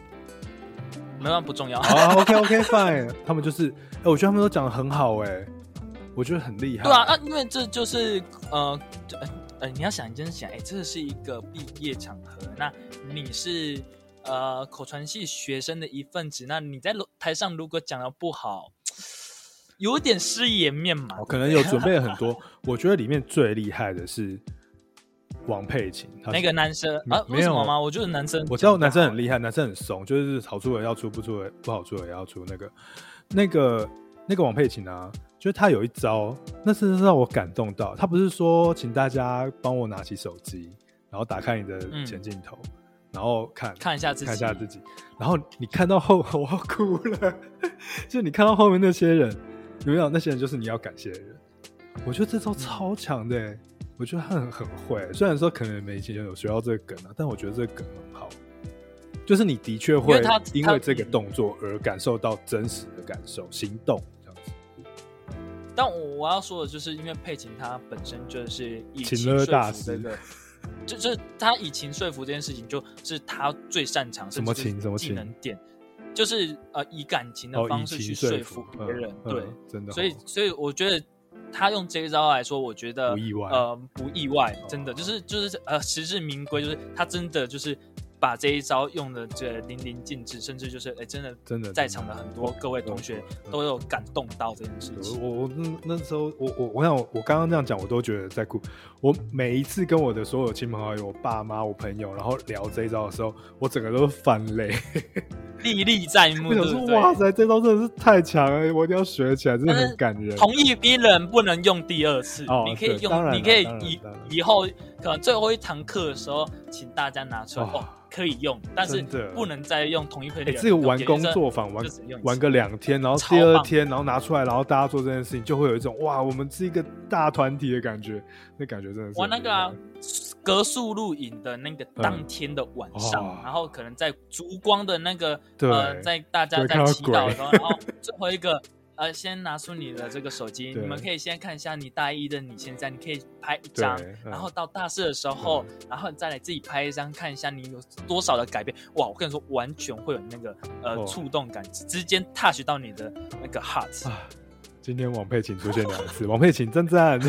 没办法，不重要。 OK fine， 他们就是，我觉得他们都讲得很好，我觉得很厉害。 对啊，因为这就是你要想，你真的想，这是一个毕业场合，那你是口传系学生的一份子，那你在台上如果讲得不好，有点失颜面嘛。 可能有准备了很多，我觉得里面最厉害的是王佩琴， 那个男生为什么吗？我觉得男生， 我知道男生很厉害，男生很怂，就是好出的要出，不好出的也要出。那个王佩琴啊，就是他有一招，那真是让我感动到。他不是说请大家帮我拿起手机，然后打开你的前镜头，然后看一下自己，然后你看到我要哭了，就你看到后面那些人，有没有？那些人就是你要感谢的人。我觉得这招超强的，我觉得他很会。虽然说可能没以前有学到这个梗啊，但我觉得这个梗很好。就是你的确会因为这个动作而感受到真实的感受、行动这样子。 但我要说的就是，因为佩琴她本身就是以情说服这个，就是她以情说服这件事情，就是她最擅长， 什么情技能点，就是以感情的方式去说服别人。对， 真的。 所以我觉得他用这一招来说，我觉得不意外，真的就是实至名归，就是他真的就是把这一招用的这淋漓尽致，甚至就是真的在场的很多各位同学都有感动到这件事情。 我那时候我刚刚这样讲，我都觉得在哭。我每一次跟我的所有亲朋好友、我爸妈、我朋友，然后聊这一招的时候，我整个都翻泪， 历历在目。 我想说，哇塞，这招真的是太强了，我一定要学起来，真的很感人。 同一批人不能用第二次，你可以用，你可以以后可能最后一堂课的时候，请大家拿出来可以用，但是不能再用同一批人。 这个玩工作坊玩个2天，然后第2天，然后拿出来，然后大家做这件事情，就会有一种哇，我们是一个大团体的感觉。那感觉真的是玩那个格数露营的那个当天的晚上，然后可能在烛光的那个在大家在祈祷的时候，然后最后一个。先拿出你的这个手机，你们可以先看一下你大一的你现在，你可以拍一张，然后到大4的时候，然后再来自己拍一张，看一下你有多少的改变。哇，我跟你说，完全会有那个触动感，直接 touch 到你的那个 heart。 今天王佩琴出现2次，王佩琴真赞，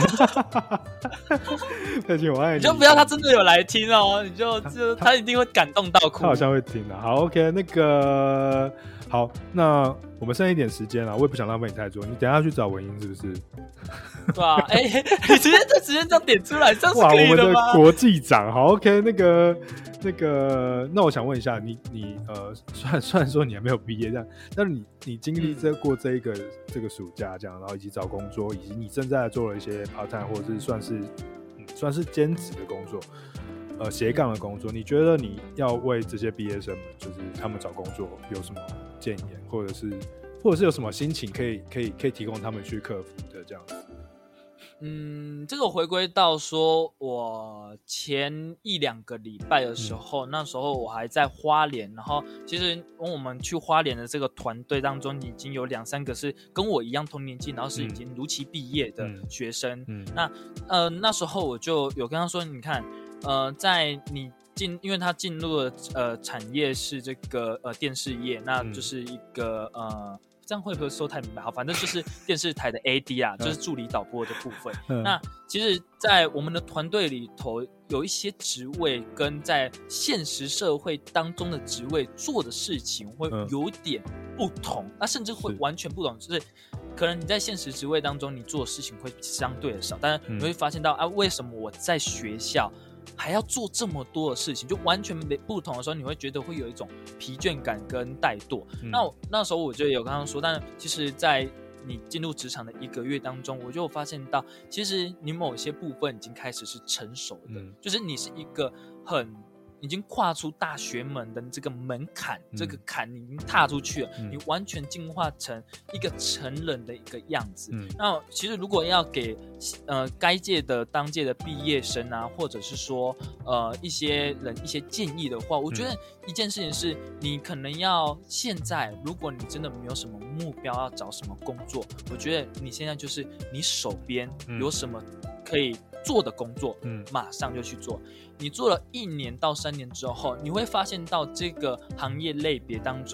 佩琴我爱你。 你就不要他真的有来听哦，你就他一定会感动到哭。 他好像会听的。好 ，OK， 好，那我们剩一点时间了，我也不想浪费你太多。你等一下去找文英是不是？ 对啊，你直接这样点出来，这样是可以的吗？ 哇，我们的国际长，好 OK， 那我想问一下，你虽然说你还没有毕业，但是你经历过这个暑假这样，然后以及找工作，以及你正在做了一些 part time 或者是算是兼职的工作。斜杠的工作，你觉得你要为这些毕业生们，就是他们找工作有什么建议，或者是有什么心情可以提供他们去克服的这样子？ 这个回归到说，我前1-2个礼拜的时候，那时候我还在花莲，然后其实我们去花莲的这个团队当中，已经有2-3个是跟我一样同年纪，然后是已经如期毕业的学生。那时候我就有跟他说，你看。在你因为他进入了产业是这个电视业，那就是一个这样会不会说太明白？好，反正就是电视台的 AD 啊，就是助理导播的部分。那其实，在我们的团队里头，有一些职位跟在现实社会当中的职位做的事情会有点不同，那甚至会完全不同，就是可能你在现实职位当中，你做的事情会相对的少，但是你会发现到为什么我在学校还要做这么多的事情，就完全不同的时候，你会觉得会有一种疲倦感跟怠惰。那时候我就有跟他说，但其实在你进入职场的1个月当中，我就发现到，其实你某些部分已经开始是成熟的，就是你是一个已经跨出大学门的这个门槛，这个坎你已经踏出去了，你完全进化成一个成人的一个样子。那其实如果要给该届的当届的毕业生啊，或者是说一些人一些建议的话，我觉得一件事情是，你可能要现在，如果你真的没有什么目标要找什么工作，我觉得你现在就是你手边有什么可以做的工作，马上就去做。你做了1年到3年之后，你会发现到这个行业类别当中，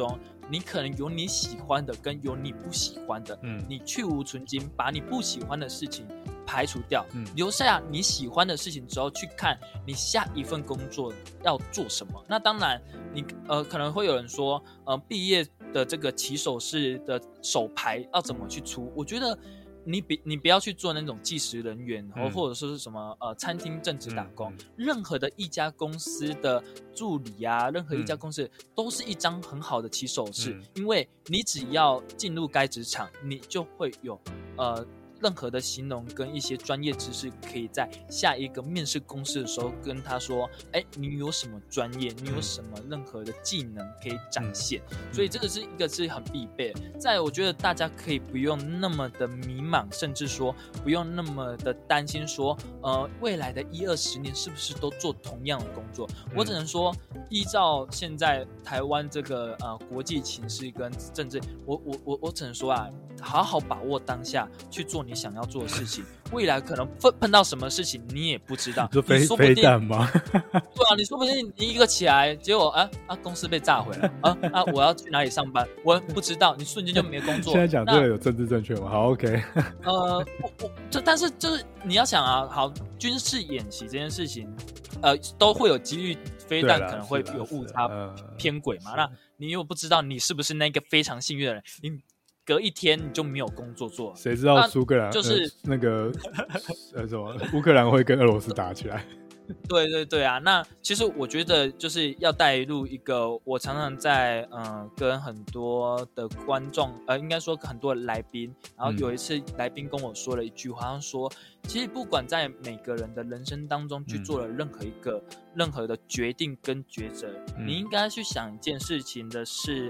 你可能有你喜欢的跟有你不喜欢的，你去无存精，把你不喜欢的事情排除掉，留下你喜欢的事情之后，去看你下一份工作要做什么。那当然你可能会有人说毕业的这个起手式的手牌要怎么去出，我觉得你不要去做那种计时人员，或者说是什么餐厅正职打工，任何的一家公司的助理啊，任何一家公司都是一张很好的起手式，因为你只要进入该职场，你就会有任何的形容跟一些专业知识，可以在下一个面试公司的时候跟他说，你有什么专业，你有什么任何的技能可以展现，所以这个是一个是很必备的。再来我觉得大家可以不用那么的迷茫，甚至说不用那么的担心说未来的10-20年是不是都做同样的工作，我只能说依照现在台湾这个国际情势跟政治，我只能说啊，好好把握当下，去做你想要做的事情。未来可能碰到什么事情你也不知道， 你说飞弹吗？ 对啊，你说不定你一个起来，结果公司被炸毁了我要去哪里上班？我不知道，你瞬间就没工作。 现在讲这个有政治正确吗？好 ，OK。 但是就是你要想啊，好，军事演习这件事情，都会有几率飞弹可能会有误差偏轨嘛。那你又不知道你是不是那个非常幸运的人，你隔一天你就没有工作做， 谁知道苏格兰就是那个什么乌克兰会跟俄罗斯打起来？ 对对对啊，那其实我觉得就是要带入一个，我常常在跟很多的观众应该说很多的来宾，然后有一次来宾跟我说了一句话，他说其实不管在每个人的人生当中去做了任何的决定跟抉择，你应该去想一件事情的是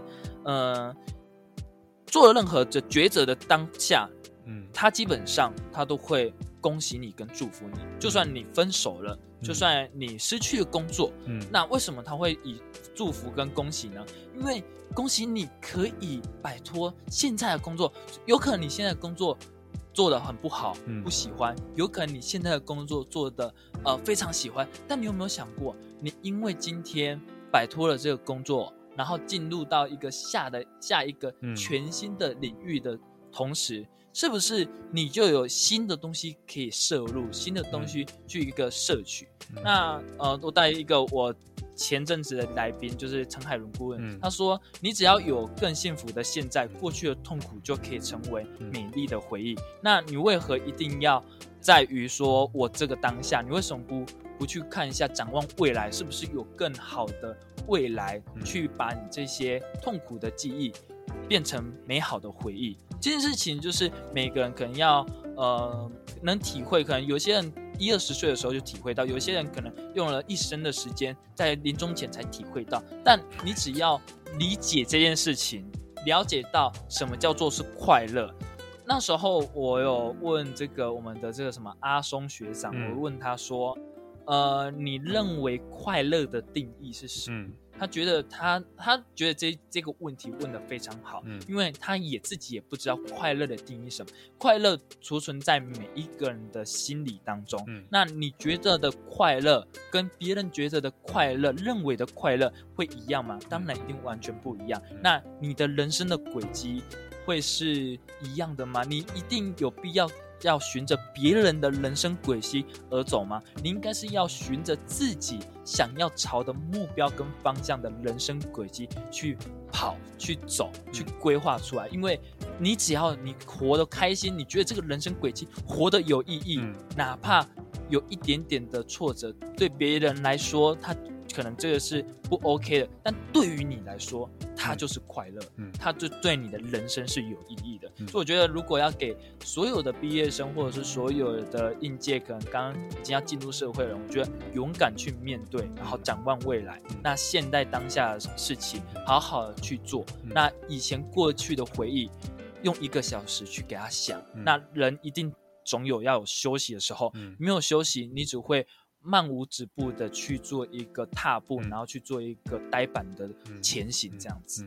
做了任何的抉择的当下，他基本上他都会恭喜你跟祝福你，就算你分手了，就算你失去了工作，那为什么他会以祝福跟恭喜呢？因为恭喜你可以摆脱现在的工作，有可能你现在的工作做得很不好，不喜欢，有可能你现在的工作做得非常喜欢，但你有没有想过，你因为今天摆脱了这个工作，然后进入到一个下一个全新的领域的同时，是不是你就有新的东西可以摄入，新的东西去一个摄取？那我带一个我前阵子的来宾，就是陈海伦顾问，他说你只要有更幸福的现在，过去的痛苦就可以成为美丽的回忆。那你为何一定要在于说我这个当下，你为什么不去看一下展望未来，是不是有更好的未来，去把你这些痛苦的记忆变成美好的回忆？这件事情就是每个人可能要能体会，可能有些人10-20岁的时候就体会到，有些人可能用了一生的时间在临终前才体会到，但你只要理解这件事情，了解到什么叫做是快乐。那时候我有问这个我们的这个什么阿松学长，我问他说你认为快乐的定义是什么？他觉得他觉得这个问题问得非常好，因为他自己也不知道快乐的定义是什么。快乐储存在每一个人的心理当中，那你觉得的快乐跟别人觉得的快乐，认为的快乐会一样吗？当然一定完全不一样。那你的人生的轨迹会是一样的吗？你一定有必要循着别人的人生轨迹而走吗？你应该是要循着自己想要朝的目标跟方向的人生轨迹去跑、去走、去规划出来。因为你只要你活得开心，你觉得这个人生轨迹活得有意义，哪怕有一点点的挫折，对别人来说他可能这个是不 OK 的，但对于你来说它就是快乐，它就对你的人生是有意义的。所以我觉得如果要给所有的毕业生或者是所有的应届可能刚刚已经要进入社会了，我觉得勇敢去面对，然后展望未来，那现在当下的事情好好的去做，那以前过去的回忆用1个小时去给他想，那人一定总要有休息的时候，没有休息你只会漫无止步的去做一个踏步，然后去做一个呆板的前行，这样子。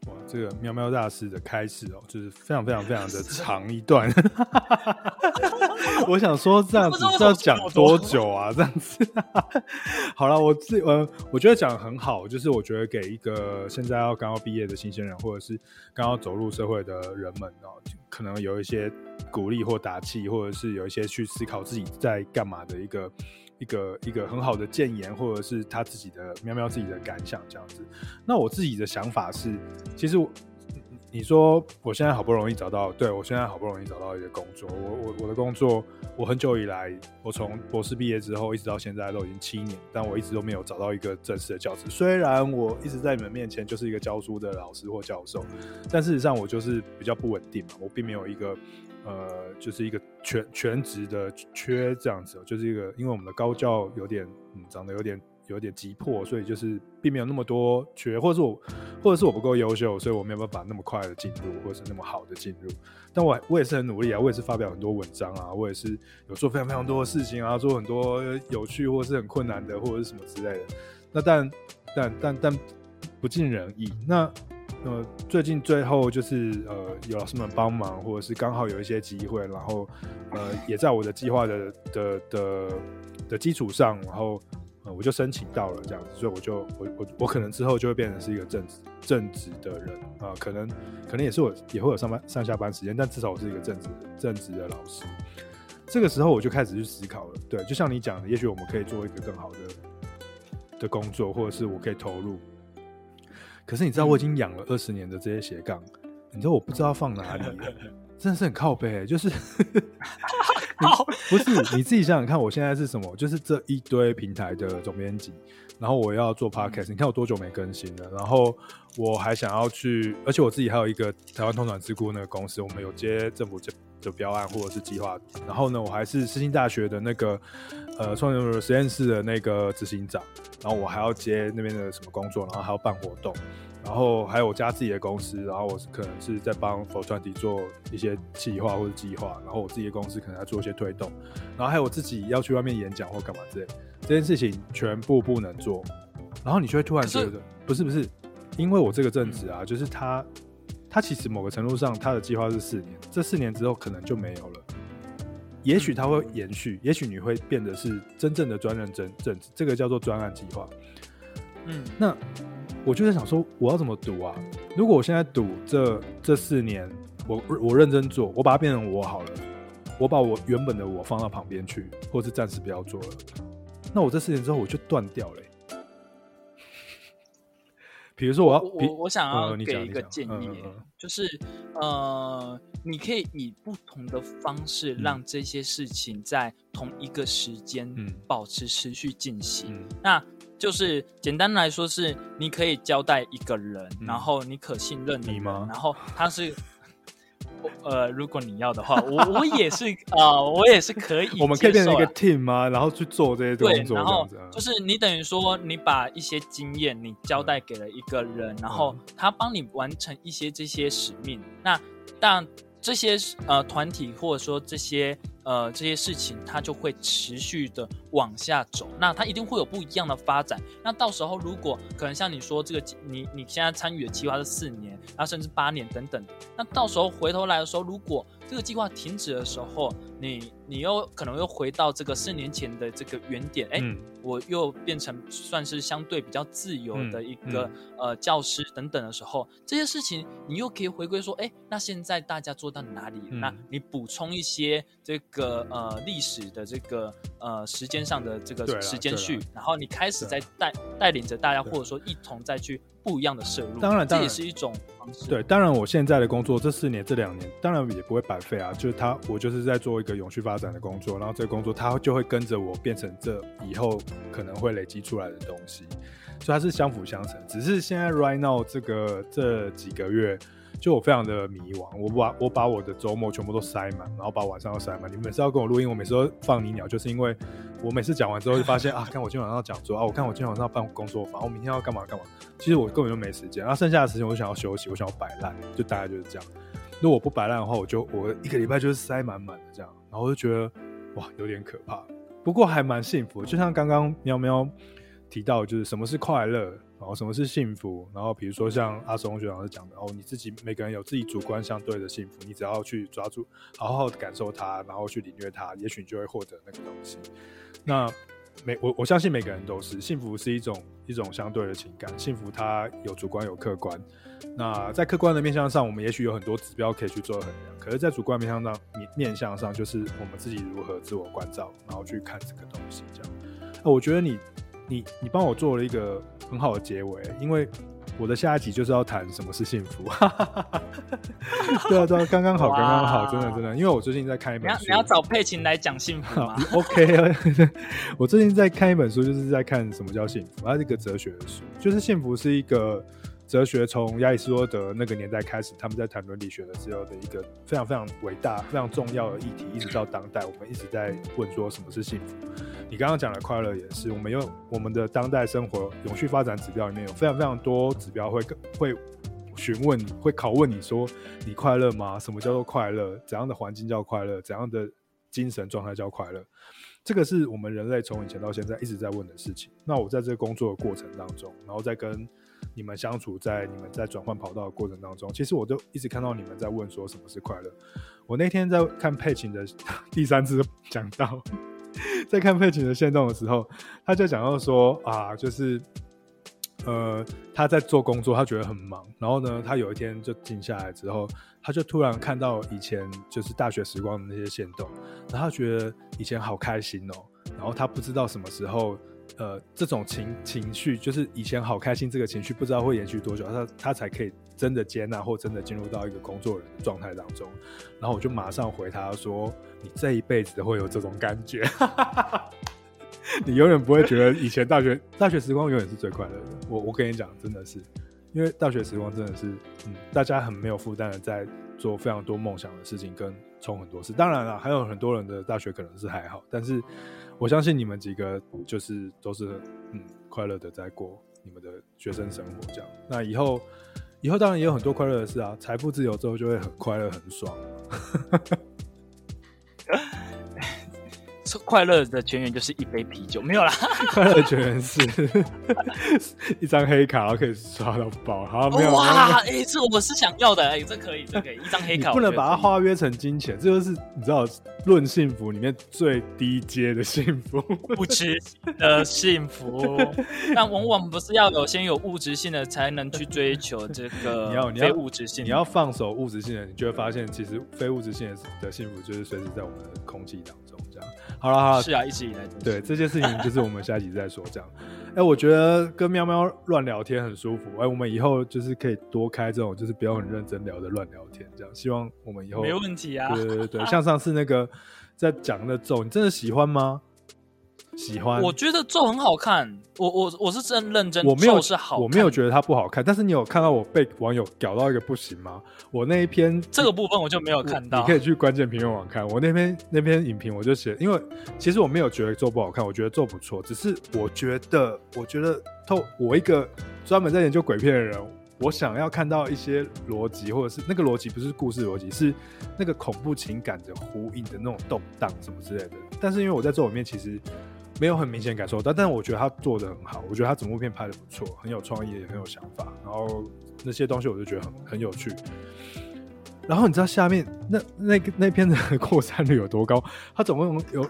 哇，这个喵喵大师的开始哦，就是非常非常非常的长一段。我想说这样子是要讲多久啊？这样子。好了，我觉得讲得很好，就是我觉得给一个现在刚要毕业的新鲜人，或者是刚要走入社会的人们哦，可能有一些鼓励或打气，或者是有一些去思考自己在干嘛的一个很好的建言，或者是他自己的喵喵自己的感想这样子。那我自己的想法是，其实你说我现在好不容易找到，对，我现在好不容易找到一个工作，我的工作，我很久以来，我从博士毕业之后一直到现在都已经7年，但我一直都没有找到一个正式的教职。虽然我一直在你们面前就是一个教书的老师或教授，但事实上我就是比较不稳定嘛，我并没有一个就是一个全职的缺这样子，就是一个因为我们的高教有点长得有点急迫，所以就是并没有那么多缺，或者是我不够优秀，所以我没有办法那么快的进入，或者是那么好的进入。但我也是很努力啊，我也是发表很多文章啊，我也是有做非常非常多的事情啊，做很多有趣或是很困难的，或者是什么之类的。那但不尽人意。那最近最后就是有老师们帮忙，或者是刚好有一些机会，然后也在我的计划的基础上，然后我就申请到了这样子，所以我可能之后就会变成是一个正职的人啊，可能也会有上下班时间，但至少我是一个正职的老师。这个时候我就开始去思考了，对，就像你讲的，也许我们可以做一个更好的工作，或者是我可以投入。可是你知道我已经养了20年的这些斜杠，你知道我不知道放哪里了，真的是很靠北，就是不是你自己想想看，我现在是什么？就是这一堆平台的总编辑，然后我要做 podcast， 你看我多久没更新了？然后我还想要去，而且我自己还有一个台湾通传智库那个公司，我们有接政府的标案或者是计划。然后呢，我还是世新大学的那个创业实验室的那个执行长，然后我还要接那边的什么工作，然后还要办活动。然后还有我家自己的公司，然后我可能是在帮 For20 做一些企划或者计划，然后我自己的公司可能要做一些推动，然后还有我自己要去外面演讲或干嘛之类，这件事情全部不能做，然后你就会突然觉得不是，因为我这个正职啊，就是他其实某个程度上他的计划是4年，这4年之后可能就没有了，也许他会延续，也许你会变得是真正的专任正职，这个叫做专案计划。那我就在想说，我要怎么赌啊？如果我现在赌这4年，我认真做，我把它变成我好了，我把我原本的我放到旁边去，或是暂时不要做了，那我这4年之后我就断掉了。比如说我想要给一个建议，就是你可以以不同的方式让这些事情在同一个时间保持持续进行。那就是简单来说是，你可以交代一个人，然后你可信任的人，然后他是如果你要的话，我也是我也是可以接受， 我们可以变成一个 team 吗？然后去做这些工作， 对，然后就是你等于说你把一些经验你交代给了一个人，然后他帮你完成一些这些使命。那当然这些团体或者说这些事情，它就会持续的往下走，那它一定会有不一样的发展。那到时候如果可能像你说这个你现在参与的计划是4年，然后甚至8年等等的，那到时候回头来的时候，如果这个计划停止的时候，你又可能又回到这个4年前的这个原点，我又变成算是相对比较自由的一个教师等等的时候，这些事情你又可以回归说，那现在大家做到哪里？那你补充一些这个历史的这个时间上的这个时间序，然后你开始在带领着大家，或者说一同再去不一样的摄入， 当然这也是一种方式。 对，当然我现在的工作这4年这2年，当然也不会白费啊，就是我就是在做一个永续发展的工作，然后这个工作它就会跟着我变成这以后可能会累积出来的东西，所以它是相辅相成。只是现在 right now 这几个月，就我非常的迷惘，我把我的周末全部都塞满，然后把晚上都塞满。你们每次要跟我录音，我每次都放你鸟，就是因为我每次讲完之后就发现看我今天晚上要讲座我看我今天晚上要办工作坊，我明天要干嘛干嘛。其实我根本就没时间，然后剩下的时间我就想要休息，我想要摆烂，就大概就是这样。如果我不摆烂的话，我1个礼拜就是塞满满的这样，然后我就觉得哇有点可怕，不过还蛮幸福的。就像刚刚喵喵提到，就是什么是快乐然后什么是幸福，然后比如说像阿松学长是讲的你自己每个人有自己主观相对的幸福，你只要去抓住好好的感受它，然后去领略它，也许你就会获得那个东西。那我相信每个人都是幸福是一种相对的情感，幸福它有主观有客观。那在客观的面向上，我们也许有很多指标可以去做衡量，可是在主观面向上，就是我们自己如何自我关照，然后去看这个东西这样。我觉得你帮我做了一个很好的结尾，因为我的下一集就是要谈什么是幸福。对啊，刚刚好，真的，因为我最近在看一本书， 你要找佩琴来讲幸福吗 ？OK， 我最近在看一本书，就是在看什么叫幸福，它是一个哲学的书，就是幸福是一个哲学，从亚里士多德那个年代开始，他们在谈伦理学的时候的一个非常非常伟大、非常重要的议题，一直到当代，我们一直在问说什么是幸福。你刚刚讲的快乐也是，我们的当代生活永续发展指标里面有非常非常多指标会询问你，会拷问你说你快乐吗？什么叫做快乐？怎样的环境叫快乐？怎样的精神状态叫快乐？这个是我们人类从以前到现在一直在问的事情。那我在这个工作的过程当中，然后再跟你们相处，你们在转换跑道的过程当中，其实我都一直看到你们在问说什么是快乐。我那天在看佩琴的第3次讲到，在看佩琴的限动的时候，他就讲到说就是他在做工作，他觉得很忙，然后呢，他有一天就静下来之后，他就突然看到以前就是大学时光的那些限动，然后他觉得以前好开心然后他不知道什么时候这种情绪，就是以前好开心这个情绪不知道会延续多久，他才可以真的接纳或真的进入到一个工作人的状态当中。然后我就马上回他说，你这一辈子会有这种感觉。你永远不会觉得以前大学时光永远是最快乐的。我跟你讲，真的是，因为大学时光真的是大家很没有负担的在做非常多梦想的事情跟冲很多事。当然啦，还有很多人的大学可能是还好，但是我相信你们几个就是都是快乐的在过你们的学生生活这样。那以后当然也有很多快乐的事啊，财富自由之后就会很快乐很爽。 快乐的泉源就是一杯啤酒，没有啦。 快乐的泉源是一张黑卡，然后可以刷到爆。好，没有哇，这我是想要的，这可以，一张黑卡。 你不能把它化约成金钱，这就是你知道论幸福里面最低阶的幸福， 物质性的幸福。但往往不是要先有物质性的，才能去追求这个非物质性的。 你要放手物质性的，你就会发现，其实非物质性的幸福就是随时在我们的空气当中。这样，好了， 是啊，一直以来对这件事情，就是我们下集再说。这样，我觉得跟喵喵乱聊天很舒服。我们以后就是可以多开这种，就是不要很认真聊的乱聊天。这样，希望我们以后没问题啊。 对，像上次那个在讲的咒，你真的喜欢吗？喜欢， 我觉得咒很好看，我是真认真， 我没有咒是好看， 我没有觉得它不好看，但是你有看到我被网友搞到一个不行吗？我那一篇这个部分我就没有看到， 你可以去关键评论网看。我那篇影评我就写，因为其实我没有觉得咒不好看，我觉得咒不错，只是我觉得我一个专门在研究鬼片的人，我想要看到一些逻辑，或者是那个逻辑不是故事逻辑，是那个恐怖情感的呼应的那种动荡什么之类的。但是因为我在咒里面其实没有很明显感受到，但是我觉得他做得很好，我觉得他整部片拍得不错，很有创意，也很有想法，然后那些东西我就觉得很有趣。然后你知道下面那篇的扩散率有多高？它总共有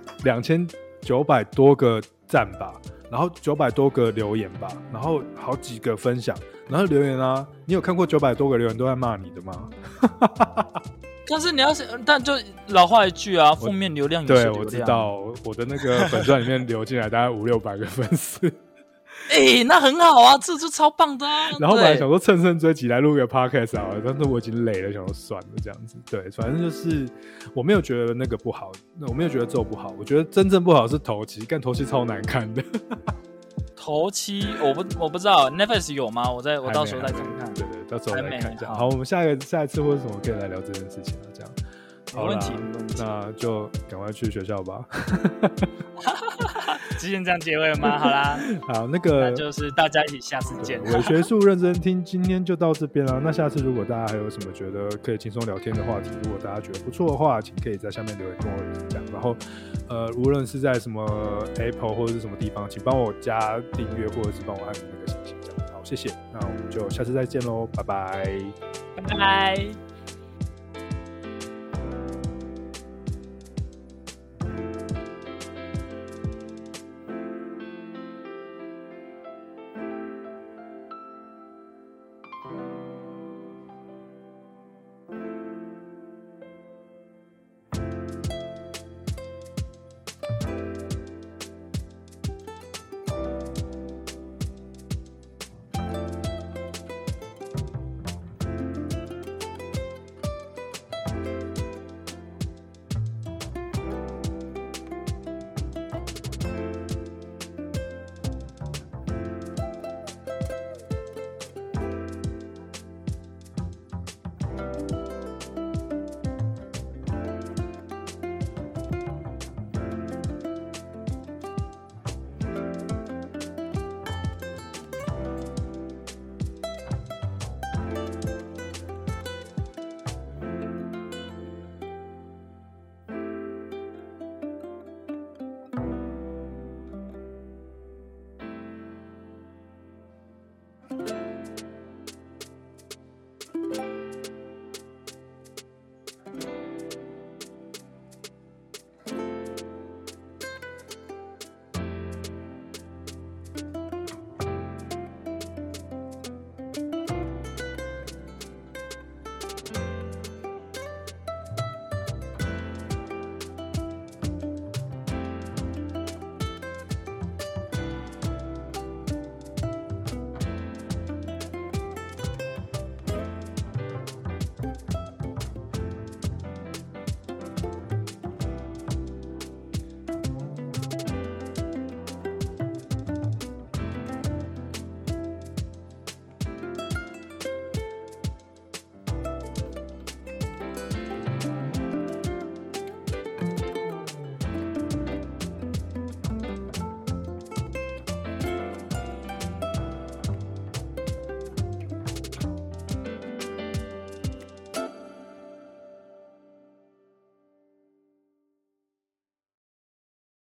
2900多个赞吧，然后900多个留言吧，然后好几个分享，然后留言啊，你有看过900多个留言都在骂你的吗？ 但是但就老话一句啊，负面流量也是流量。 对，我知道，我的那个粉专里面流进来大概500-600个粉丝。 那很好啊，这就超棒的啊。 然后本来想说乘胜追击来录个 podcast 好了，但是我已经累了，想说算了这样子。对，反正就是我没有觉得那个不好，我没有觉得咒不好，我觉得真正不好是头七，干头七超难看的。 头七我不知道 Netflix 有吗？我到时候再看看。 对，到时候再看一下。好，我们下一次或者什么可以来聊这件事情这样。 没问题， 那就赶快去学校吧。 之前这样结尾了吗？好啦， 好， 那就是大家一起下次见。 伪学术认真听，今天就到这边了。那下次如果大家还有什么觉得可以轻松聊天的话题，如果大家觉得不错的话，请可以在下面留言跟我讲。然后无论是在什么 Apple 或者是什么地方，请帮我加订阅或者是帮我按那个星星这样。好，谢谢。 谢谢。那我们就下次再见喽，拜拜， 拜拜。